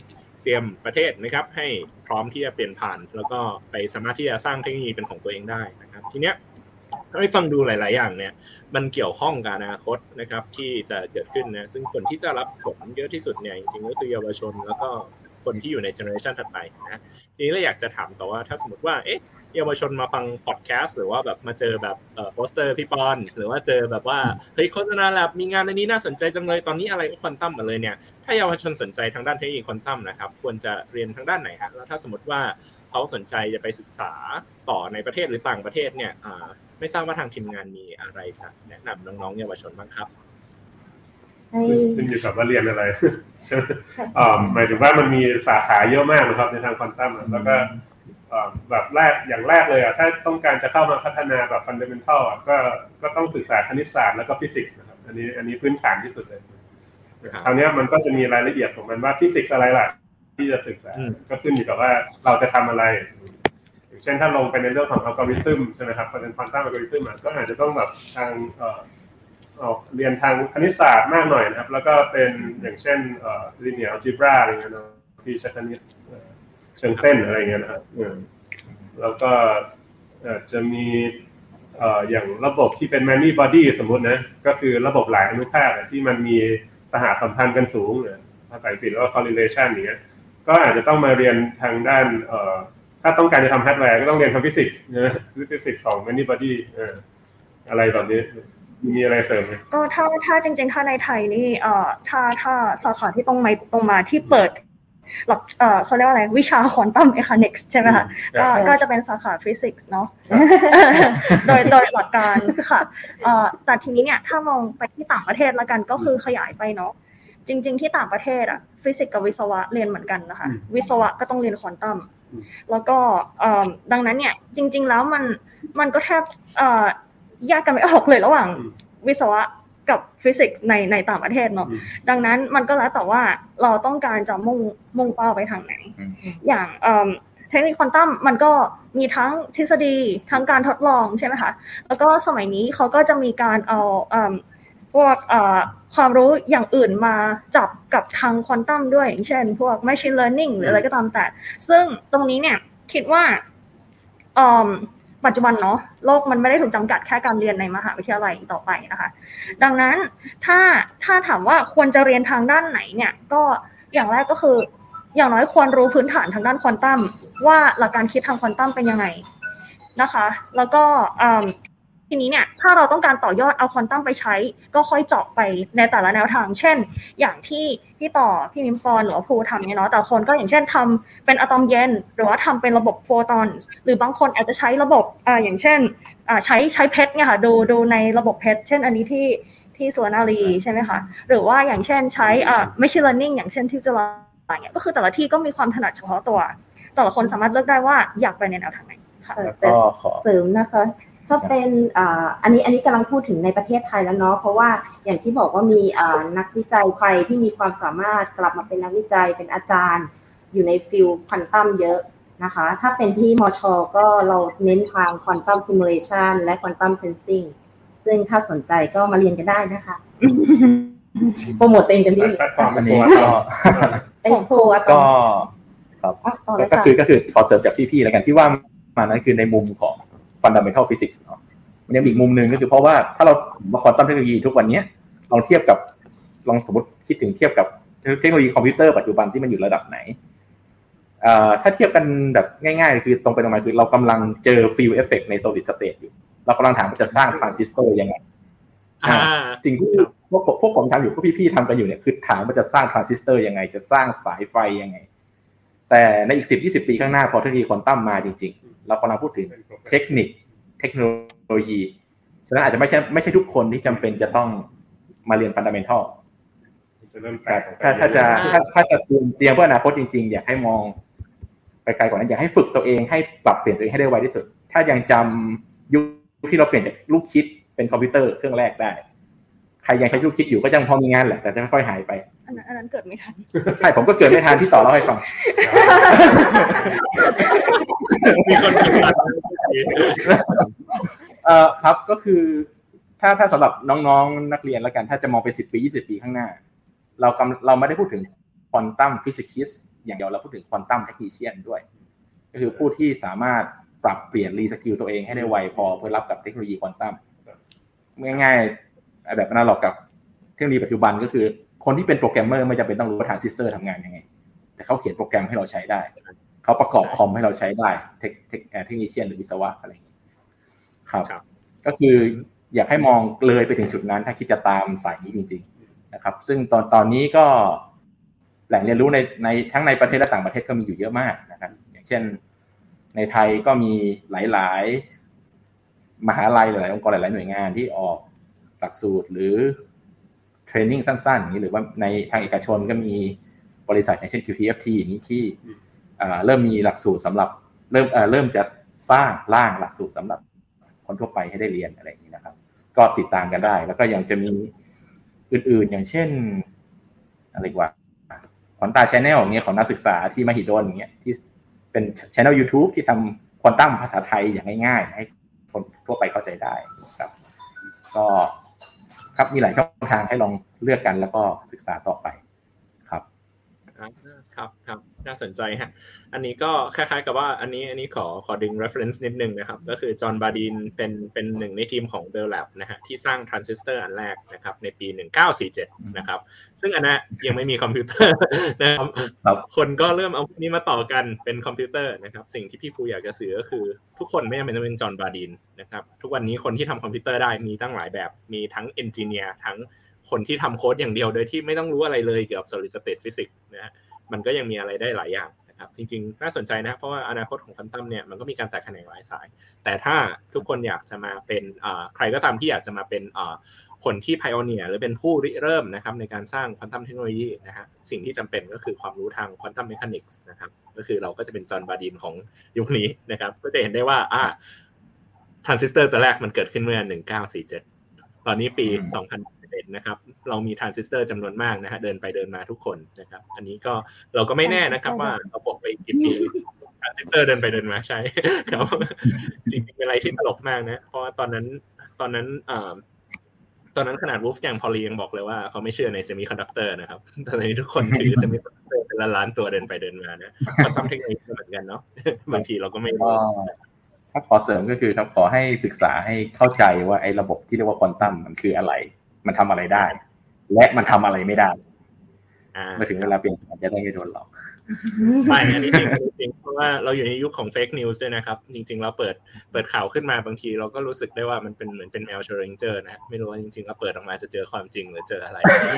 [SPEAKER 2] เตรียมประเทศนะครับให้พร้อมที่จะเปลี่ยนผ่านแล้วก็ไปสามารถที่จะสร้างเทคโนโลยีเป็นของตัวเองได้นะครับทีเนี้ยถ้าได้ฟังดูหลายๆอย่างเนี่ยมันเกี่ยวข้องกับอนาคตนะครับที่จะเกิดขึ้นนะซึ่งคนที่จะรับผลเยอะที่สุดเนี่ยจริงๆก็คือเยาวชนแล้วก็คนที่อยู่ในเจเนอเรชันถัดไปนะทีนี้เราอยากจะถามต่อว่าถ้าสมมติว่าเยาวชนมาฟังพอดแคสต์หรือว่าแบบมาเจอแบบโปสเตอร์พี่ปอนหรือว่าเจอแบบว่าเฮ้ยโฆษณาแลบมีงานอันนี้น่าสนใจจังเลยตอนนี้อะไรก็ควอนตัมหมดเลยเนี่ยถ้าเยาวชนสนใจทางด้านเทคโนโลยีควอนตัมนะครับควรจะเรียนทางด้านไหนฮะแล้วถ้าสมมติว่าเขาสนใจจะไปศึกษาต่อในประเทศหรือต่างประเทศเนี่ยไม่ทราบว่าทางทีมงานมีอะไรจะแนะนำน้องๆเยาวชนบ้างครับ
[SPEAKER 4] ขึ้นอยู่กับว่าเรียนอะไรใช่ไหมหมายถึงว่ามันมีสาขาเยอะมากนะครับในทางควอนตัมแล้วก็แบบอย่างแรกเลยถ้าต้องการจะเข้ามาพัฒนาแบบฟันเดเมนทัลก็ต้องศึกษาคณิตศาสตร์แล้วก็ฟิสิกส์นะครับอันนี้พื้นฐานที่สุดเลยคราวนี้มันก็จะมีรายละเอียดของมันว่าฟิสิกส์อะไรล่ะที่จะศึกษาก็ขึ้นอยู่กับว่าเราจะทำอะไรอย่างเช่นถ้าลงไปในเรื่องของอัลกอริทึมใช่ไหมครับเป็นควอนตัมอัลกอริทึมก็อาจจะต้องแบบทางเรียนทางคณิตศาสตร์มากหน่อยนะครับแล้วก็เป็นอย่างเช่นlinear algebra อะไรเงี้ยนะที่ใช้คณิตเชิงเส้นอะไรเงี้ยนะครับแล้วก็จะมีอย่างระบบที่เป็น many body สมมุตินะก็คือระบบหลายอนุภาคที่มันมีสหสัมพันธ์กันสูงภาษาอังกฤษเรียกว่า correlation อย่างเงี้ยก็อาจจะต้องมาเรียนทางด้านถ้าต้องการจะทำฮาร์ดแวร์ก็ต้องเรียนทางฟิสิกส์นะฟิสิกส์ของ many body อะไรแบบนี้มีอะไรเสริมไหม
[SPEAKER 5] ก็ถ้าจริงๆถ้าในไทยนี่ถ้าสาขาที่ตรงมาที่เปิดหลักเขาเรียกว่าอะไรวิชาควอนตัมเมคานิกส์ใช่ไหมคะก็จะเป็นสาขาฟิสิกส์เนาะโดยหลักการค่ะแต่ทีนี้เนี่ยถ้ามองไปที่ต่างประเทศแล้วกันก็คือขยายไปเนาะจริงๆที่ต่างประเทศฟิสิกส์กับวิศวะเรียนเหมือนกันนะคะวิศวะก็ต้องเรียนควอนตัมแล้วก็ดังนั้นเนี่ยจริงๆแล้วมันก็แทบแยกกันไม่ออกเลยระหว่างวิศวะกับฟิสิกส์ในต่างประเทศเนาะดังนั้นมันก็แล้วแต่ว่าเราต้องการจะมุ่งเป้าไปทางไหนอย่างเทคโนโลยีควอนตัมมันก็มีทั้งทฤษฎีทั้งการทดลองใช่ไหมคะแล้วก็สมัยนี้เขาก็จะมีการเอาพวกความรู้อย่างอื่นมาจับกับทางควอนตัมด้วยอย่างเช่นพวก machine learning หรืออะไรก็ตามแต่ซึ่งตรงนี้เนี่ยคิดว่าปัจจุบันเนาะโลกมันไม่ได้ถูกจำกัดแค่การเรียนในมหาวิทยาลัยต่อไปนะคะดังนั้นถ้าถามว่าควรจะเรียนทางด้านไหนเนี่ยก็อย่างแรกก็คืออย่างน้อยควรรู้พื้นฐานทางด้านควอนตัมว่าหลักการคิดทางควอนตัมเป็นยังไงนะคะแล้วก็ทีนี้เนี่ยถ้าเราต้องการต่อยอดเอาควอนตัมไปใช้ก็ค่อยเจาะไปในแต่ละแนวทางเช่นอย่างที่พี่ต่อพี่มิมปอนหรือว่าภูทำเนี่ยเนาะแต่คนก็อย่างเช่นทำเป็นอะตอมเย็นหรือว่าทำเป็นระบบโฟตอนหรือบางคนอาจจะใช้ระบบอย่างเช่นใช้เพชรเนี่ยค่ะดูในระบบเพชรเช่นอันนี้ที่สวนอารีใช่ไหมคะหรือว่าอย่างเช่นใช้machine learning อย่างเช่นที่จุฬาเนี่ยก็คือแต่ละที่ก็มีความถนัดเฉพาะตัวแต่ละคนสามารถเลือกได้ว่าอยากไปในแนวทางไหนค่ะ
[SPEAKER 3] แต่เสริมนะคะถ้าเป็นอันนี้กำลังพูดถึงในประเทศไทยแล้วเนาะเพราะว่าอย่างที่บอกว่ามีนักวิจัยไทยที่มีความสามารถกลับมาเป็นนักวิจัยเป็นอาจารย์อยู่ในฟิลควอนตัมเยอะนะคะถ้าเป็นที่มช.ก็เราเน้นทางควอนตัมซิมูเลชันและควอนตัมเซนซิงซึ่งถ้าสนใจก็มาเรียนกันได้นะคะโปรโมทเองกันดี
[SPEAKER 6] อันนี้ก็ครับก็คือขอเสริมจากพี่ๆแล้วกันที่ว่ามานั้นคือในมุมของfundamental physics เนาะมันยังมีอีกมุมนึงก็คือเพราะว่าถ้าเรามาควอนตัมเทคโนโลยีทุกวันนี้ลองสมมติคิดถึงเทียบกับเทคโนโลยีคอมพิวเตอร์ปัจจุบันที่มันอยู่ระดับไหนถ้าเทียบกันแบบง่ายๆคือตรงไปตรงมาคือเรากำลังเจอ field effect ใน solid state อยู่เรากำลังถามว่าจะสร้างทรานซิสเตอร์ยังไงสิ่งที่พวกผมทำอยู่พวกพี่ๆทำกันอยู่เนี่ยคือถามว่าจะสร้างทรานซิสเตอร์ยังไงจะสร้างสายไฟยังไงแต่ในอีก 10-20 ปีข้างหน้าพอเทคโนโลยีควอนตัมมาจริงๆเรากำลังพูดถึงเทคโนโลยีฉะนั้นอาจจะไม่ใช่ทุกคนที่จำเป็นจะต้องมาเรียนฟันดาเมนทัลถ้าจะเตรียมเพื่ออนาคตจริงๆอยากให้มองไปไกลกว่านั้นอยากให้ฝึกตัวเองให้ปรับเปลี่ยนตัวเองให้ได้ไวที่สุดถ้ายังจำยุคที่เราเปลี่ยนจากลูกคิดเป็นคอมพิวเตอร์เครื่องแรกได้ใครยังใช้ลูกคิดอยู่ก็ยังพอมีงานแหละแต่จะค่อยๆหายไป
[SPEAKER 5] อันนั้นเกิดไม่ทัน
[SPEAKER 6] ใช่ผมก็เกิดไม่ทันที่ต่อเล่าให้ฟัง
[SPEAKER 2] มีคนคิดทัน
[SPEAKER 6] ครับก็คือถ้าสำหรับน้องๆนักเรียนแล้วกันถ้าจะมองไป10 ปี 20 ปีข้างหน้าเราไม่ได้พูดถึงควอนตัมฟิสิกิสต์อย่างเดียวเราพูดถึงควอนตัมเทคนิเชียนด้วยก็คือผู้ที่สามารถปรับเปลี่ยนรีสกิลตัวเองให้ได้ไวพอเพื่อรับกับเทคโนโลยีควอนตัมง่ายๆแบบนั้นหรอกกับเทคโนโลยีปัจจุบันก็คือคนที่เป็นโปรแกรมเมอร์ไม่จำเป็นต้องรู้ว่าทรานซิสเตอร์ทำงานยังไงแต่เขาเขียนโปรแกรมให้เราใช้ได้เขาประกอบคอมให้เราใช้ได้เทคนิเชียนหรือวิศวะอะไรอย่างนี้ครับก็คืออยากให้มองเลยไปถึงจุดนั้นถ้าคิดจะตามสายนี้จริงๆนะครับซึ่งตอนนี้ก็แหล่งเรียนรู้ในทั้งในประเทศและต่างประเทศก็มีอยู่เยอะมากนะครับอย่างเช่นในไทยก็มีหลายๆมหาลัยหลายๆองค์กรหลายๆหน่วยงานที่ออกหลักสูตรหรือเทรนนิ่งสั้นๆอย่างนี้หรือว่าในทางเอกชนก็มีบริษัทอย่างเช่น QTFT อย่างนี้ที่เริ่มมีหลักสูตรสำหรับเริ่มจะสร้างร่างหลักสูตรสำหรับคนทั่วไปให้ได้เรียนอะไรอย่างนี้นะครับก็ติดตามกันได้แล้วก็ยังจะมีอื่นๆอย่างเช่นอะไรกว่าควอนต้า Channel อย่างเงี้ยของนักศึกษาที่มหิดลอย่างเงี้ยที่เป็น Channel YouTube ที่ทำควอนตัมภาษาไทยอย่างง่ายๆให้คนทั่วไปเข้าใจได้ครับก็ครับมีหลายช่องทางให้ลองเลือกกันแล้วก็ศึกษาต่อไปครับ
[SPEAKER 2] ครับน่าสนใจฮะอันนี้ก็คล้ายๆกับว่าอันนี้ขอดึง reference นิดนึงนะครับก็คือจอห์นบาดินเป็นหนึ่งในทีมของ Bell Lab นะฮะที่สร้างทรานซิสเตอร์อันแรกนะครับในปี1947นะครับซึ่งอันนั้นยังไม่มีคอมพิวเตอร์นะครับคนก็เริ่มเอาพวกนี้มาต่อกันเป็นคอมพิวเตอร์นะครับสิ่งที่พี่ภูอยากจะสื่อก็คือทุกคนไม่จำเป็นต้องเป็นจอห์นบาดินนะครับทุกวันนี้คนที่ทำคอมพิวเตอร์ได้มีตั้งหลายแบบมีทั้งเอนจิเนียร์ทั้งคนที่ทำโค้ดอย่างเดียวโดยที่ไม่ต้องรู้อะไรเลยเกี่ยวกับ solid state physics นะฮะมันก็ยังมีอะไรได้หลายอย่างนะครับจริงๆน่าสนใจนะเพราะว่าอนาคตของควอนตัมเนี่ยมันก็มีการแตกแขนงหลายสายแต่ถ้าทุกคนอยากจะมาเป็นใครก็ตามที่อยากจะมาเป็นคนที่ pioneer หรือเป็นผู้ริเริ่มนะครับในการสร้างควอนตัมเทคโนโลยีนะฮะสิ่งที่จำเป็นก็คือความรู้ทางควอนตัมเมคานิกส์นะครับก็คือเราก็จะเป็นจอห์นบาดินของยุคนี้นะครับก็จะเห็นได้ว่าทรานซิสเตอร์ตัวแรกมันเกิดขึ้นเมื่อ1947ตอนนี้ปี2011นะครับเรามีทรานซิสเตอร์จำนวนมากนะฮะเดินไปเดินมาทุกคนนะครับอันนี้ก็เราก็ไม่แน่นะครับว่าเราบอกไปกี่ปีทรานซิสเตอร์เดินไปเดินมาใช่ครับจริงๆเป็นอะไรที่ตลกมากนะเพราะว่าตอนนั้นขนาดวูฟแกงพอลียังบอกเลยว่าเขาไม่เชื่อในเซมิคอนดักเตอร์นะครับตอนนี้ทุกคนถือเซมิคอนดักเตอร์เป็นล้านๆตัวเดินไปเดินมานะก็ทำเทคโนโลยีเหมือนกันเนาะบางทีเราก็ไม่รู้
[SPEAKER 6] ถ้าขอเสริมก็คือครับขอให้ศึกษาให้เข้าใจว่าไอ้ระบบที่เรียกว่าควอนตัมมันคืออะไรมันทำอะไรได้และมันทำอะไรไม่ได้เมื่อถึงเวลาเปลี่ยนมันจะได้ไม่โดนหลอก
[SPEAKER 2] ใช่อันนี้จริงเพราะว่าเราอยู่ในยุคของเฟกนิวส์ด้วยนะครับจริงๆเราเปิดข่าวขึ้นมาบางทีเราก็รู้สึกได้ว่ามันเป็นเหมือนเป็นแมวเชอริงเจอร์นะไม่รู้ว่าจริงๆเราเปิดออกมาจะเจอความจริงหรือเจออะไร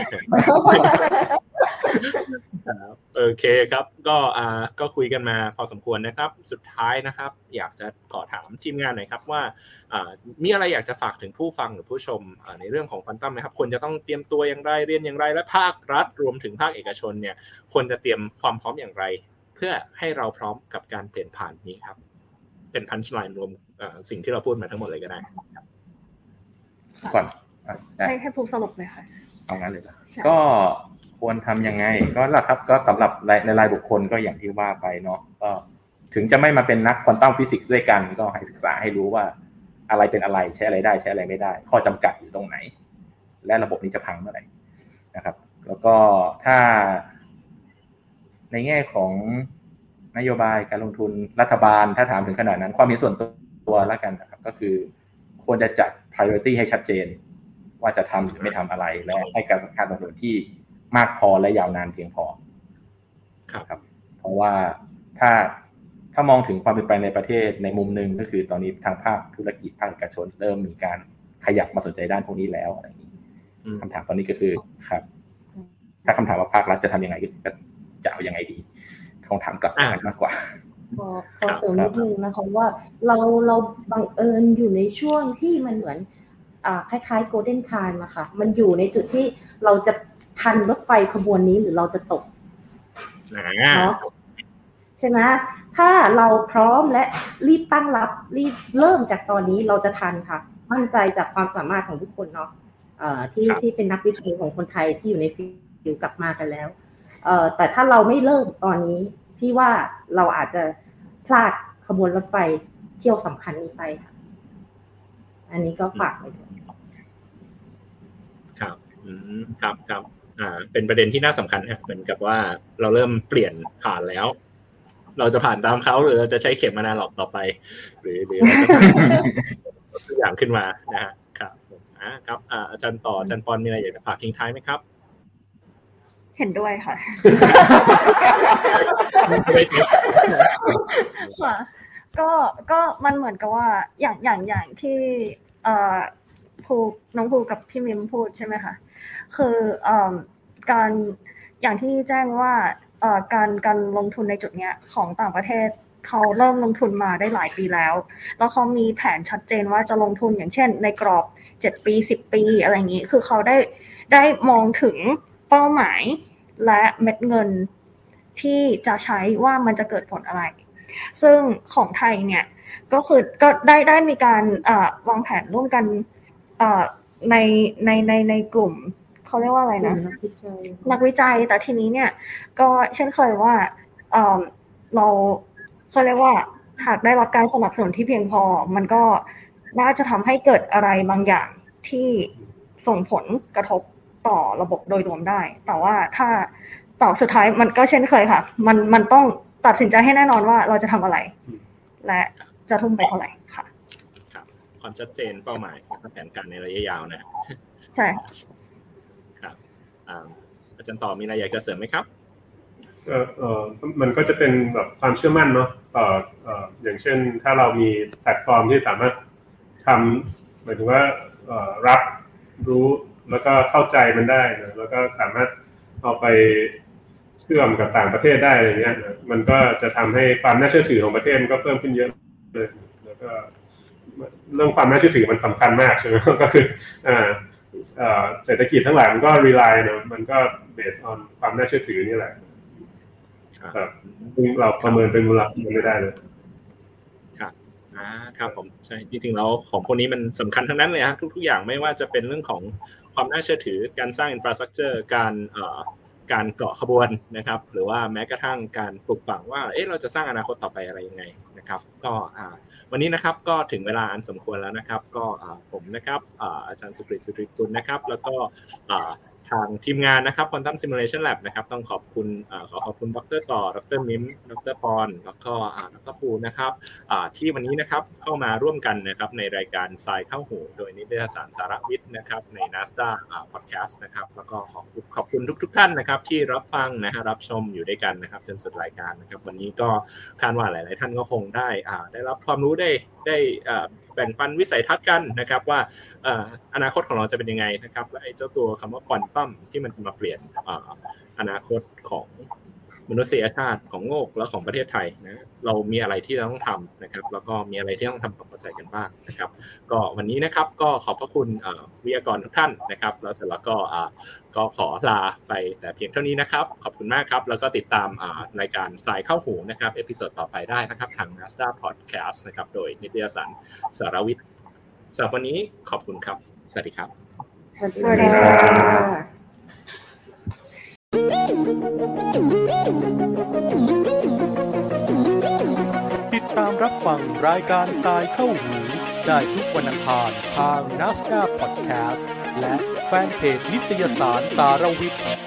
[SPEAKER 2] โอเคครับก็คุยกันมาพอสมควรนะครับสุดท้ายนะครับอยากจะขอถามทีมงานหน่อยครับว่ามีอะไรอยากจะฝากถึงผู้ฟังหรือผู้ชมในเรื่องของควอนตัมนะครับควรจะต้องเตรียมตัวอย่างไรเรียนอย่างไรและภาครัฐรวมถึงภาคเอกชนเนี่ยควรจะเตรียมความพร้อมอย่างไรเพื่อให้เราพร้อมกับการเปลี่ยนผ่านนี้ครับเป็นพันช์ไลน์รวมสิ่งที่เราพูดมาทั้งหมดเลยก็ได้
[SPEAKER 6] ก่อน
[SPEAKER 5] ให้ผู้สรุปเลยค่ะ
[SPEAKER 6] เอางั้นเลยก็ควรทำยังไงก็ล่ะครับก็สำหรับในรายบุคคลก็อย่างที่ว่าไปเนาะก็ถึงจะไม่มาเป็นนักควอนตัมฟิสิกส์ด้วยกันก็ให้ศึกษาให้รู้ว่าอะไรเป็นอะไรใช้อะไรได้ใช้อะไรไม่ได้ข้อจำกัดอยู่ตรงไหนและระบบนี้จะพังเมื่อไหร่นะครับแล้วก็ถ้าในแง่ของนโยบายการลงทุนรัฐบาลถ้าถามถึงขนาดนั้นความเห็นส่วนตัวแล้วกันนะครับก็คือควรจะจัด priority ให้ชัดเจนว่าจะทำหรือไม่ทำอะไรและให้การสนับสนุนที่มากพอและยาวนานเพียงพอครับเพราะว่าถ้ามองถึงความเป็นไปในประเทศในมุมนึงก็คือตอนนี้ทางภาคธุรกิจภาคเอกชนเริ่มมีการขยับมาสนใจด้านพวกนี้แล้วอะไรอย่างนี้คำถามตอนนี้ก็คือครับถ้าคำถามว่าภาครัฐจะทำยังไงจะเอายังไงดีคงถามกลับมากกว่า
[SPEAKER 3] พอเสริมนิดนึงนะคะว่าเราบังเอิญอยู่ในช่วงที่มันเหมือนคล้ายๆ Golden Time อะค่ะมันอยู่ในจุดที่เราจะทันรถไฟขบวนนี้หรือเราจะตกเนาะใช่ไหมถ้าเราพร้อมและรีบตั้งรับรีบเริ่มจากตอนนี้เราจะทันค่ะมั่นใจจากความสามารถของทุกคนเนาะที่เป็นนักวิจัยของคนไทยที่อยู่ในฟิลด์กลับมากันแล้วแต่ถ้าเราไม่เริ่มตอนนี้พี่ว่าเราอาจจะพลาดขบวนรถไฟเที่ยวสำคัญนี้ไปค่ะอันนี้ก็ฝากไว้ด้วย
[SPEAKER 2] ครับเป็นประเด็นที่น่าสำคัญครับเหมือนกับว่าเราเริ่มเปลี่ยนผ่านแล้วเราจะผ่านตามเขาหรือเราจะใช้เข็มอนาล็อกต่อไปหรือเราจะตัวอย่างขึ้นมานะฮะครับครับอาจารย์ต่ออาจารย์ปอนมีอะไรอยากจะฝากทิ้งท้ายไหมครับ
[SPEAKER 5] เห็นด้วยค่ะค่ะก็มันเหมือนกับว่าอย่างที่น้องภูกับพี่มิมพูดใช่ไหมคะคือการอย่างที่แจ้งว่าการลงทุนในจุดเนี้ยของต่างประเทศเขาเริ่มลงทุนมาได้หลายปีแล้วเขามีแผนชัดเจนว่าจะลงทุนอย่างเช่นในกรอบ7 ปี10 ปีอะไรอย่างนี้คือเขาได้มองถึงเป้าหมายและเม็ดเงินที่จะใช้ว่ามันจะเกิดผลอะไรซึ่งของไทยเนี่ยก็คือก็ได้มีการวางแผนร่วมกันในกลุ่มเขาเรียกว่าอะไรนะนักวิจัยแต่ทีนี้เนี่ยก็เช่นเคยว่าเราเขาเรียกว่าหากได้รับการสนับสนุนที่เพียงพอมันก็น่าจะทำให้เกิดอะไรบางอย่างที่ส่งผลกระทบต่อระบบโดยรวมได้แต่ว่าถ้าต่อสุดท้ายมันก็เช่นเคยค่ะมันต้องตัดสินใจให้แน่นอนว่าเราจะทำอะไรและจะทุ่มไปเท่าไหร่ค่ะ
[SPEAKER 2] ครับความชัดเจนเป้าหมายและแผนการในระยะยาวนะ
[SPEAKER 5] ใช่
[SPEAKER 2] ครับอาจารย์ต่อมีอะไรอยากจะเสริมไหมครับ
[SPEAKER 4] มันก็จะเป็นแบบความเชื่อมั่นเนาะอย่างเช่นถ้าเรามีแพลตฟอร์มที่สามารถทำหมายถึงว่ารับรู้แล้วก็เข้าใจมันได้นะแล้วก็สามารถเอาไปเชื่อมกับต่างประเทศได้อะไรเงี้ยมันก็จะทำให้ความน่าเชื่อถือของประเทศก็เพิ่มขึ้นเยอะเลยแล้วก็เรื่องความน่าเชื่อถือมันสำคัญมากใช่ไหมก็คือเศรษฐกิจทั้งหลายมันก็ rely นะมันก็ based on ความน่าเชื่อถือนี่แหละครับเราประเมินเป็นมูลค่าไม่ได้เลย
[SPEAKER 2] ครับครับผมใช่จริงๆแล้วของพวกนี้มันสำคัญทั้งนั้นเลยฮะทุกๆอย่างไม่ว่าจะเป็นเรื่องของความน่าเชื่อถือการสร้าง infrastructure การเกาะขบวนนะครับหรือว่าแม้กระทั่งการปลูกฝังว่าเราจะสร้างอนาคตต่อไปอะไรยังไงนะครับก็วันนี้นะครับก็ถึงเวลาอันสมควรแล้วนะครับก็ผมนะครับอาจารย์สุกฤต สุทธิกุลนะครับแล้วก็ทางทีมงานนะครับ Quantum Simulation Lab นะครับต้องขอบคุณขอบคุณดร.ต่อดร.มิมดร.ปอนแล้วก็ดร.ภูนะครับที่วันนี้นะครับเข้ามาร่วมกันนะครับในรายการทรายเข้าหูโดยนิตยสารสารวิทย์นะครับใน NASDA Podcast นะครับแล้วก็ขอบคุณทุกท่านนะครับที่รับฟังนะฮะรับชมอยู่ด้วยกันนะครับจนสุดรายการนะครับวันนี้ก็คาดว่าหลายๆท่านก็คงได้รับความรู้ได้แบ่งปันวิสัยทัศน์กันนะครับว่าอนาคตของเราจะเป็นยังไงนะครับและไอ้เจ้าตัวคำว่าควอนตัมที่มันจะมาเปลี่ยนอนาคตของมนุษยชาติของโลกและของประเทศไทยนะเรามีอะไรที่เราต้องทำนะครับแล้วก็มีอะไรที่ต้องทำความเข้าใจกันบ้างนะครับก็วันนี้นะครับก็ขอบพระคุณวิทยากรทุกท่านนะครับแล้วเสร็จแล้วก็ขอลาไปแต่เพียงเท่านี้นะครับขอบคุณมากครับแล้วก็ติดตามรายการสายเข้าหูนะครับเอพิโซดต่อไปได้นะครับทาง NASDA Podcast นะครับโดยนิตยสารสารวิทย์สำหรับวันนี้ขอบคุณครับสวัสดีครับ
[SPEAKER 3] สวัสดีค่ะ
[SPEAKER 1] ติดตามรับฟังรายการทรายเข้าหูได้ทุกวันอังคารทาง NASDA Podcast และแฟนเพจนิตยสารสารวิทย์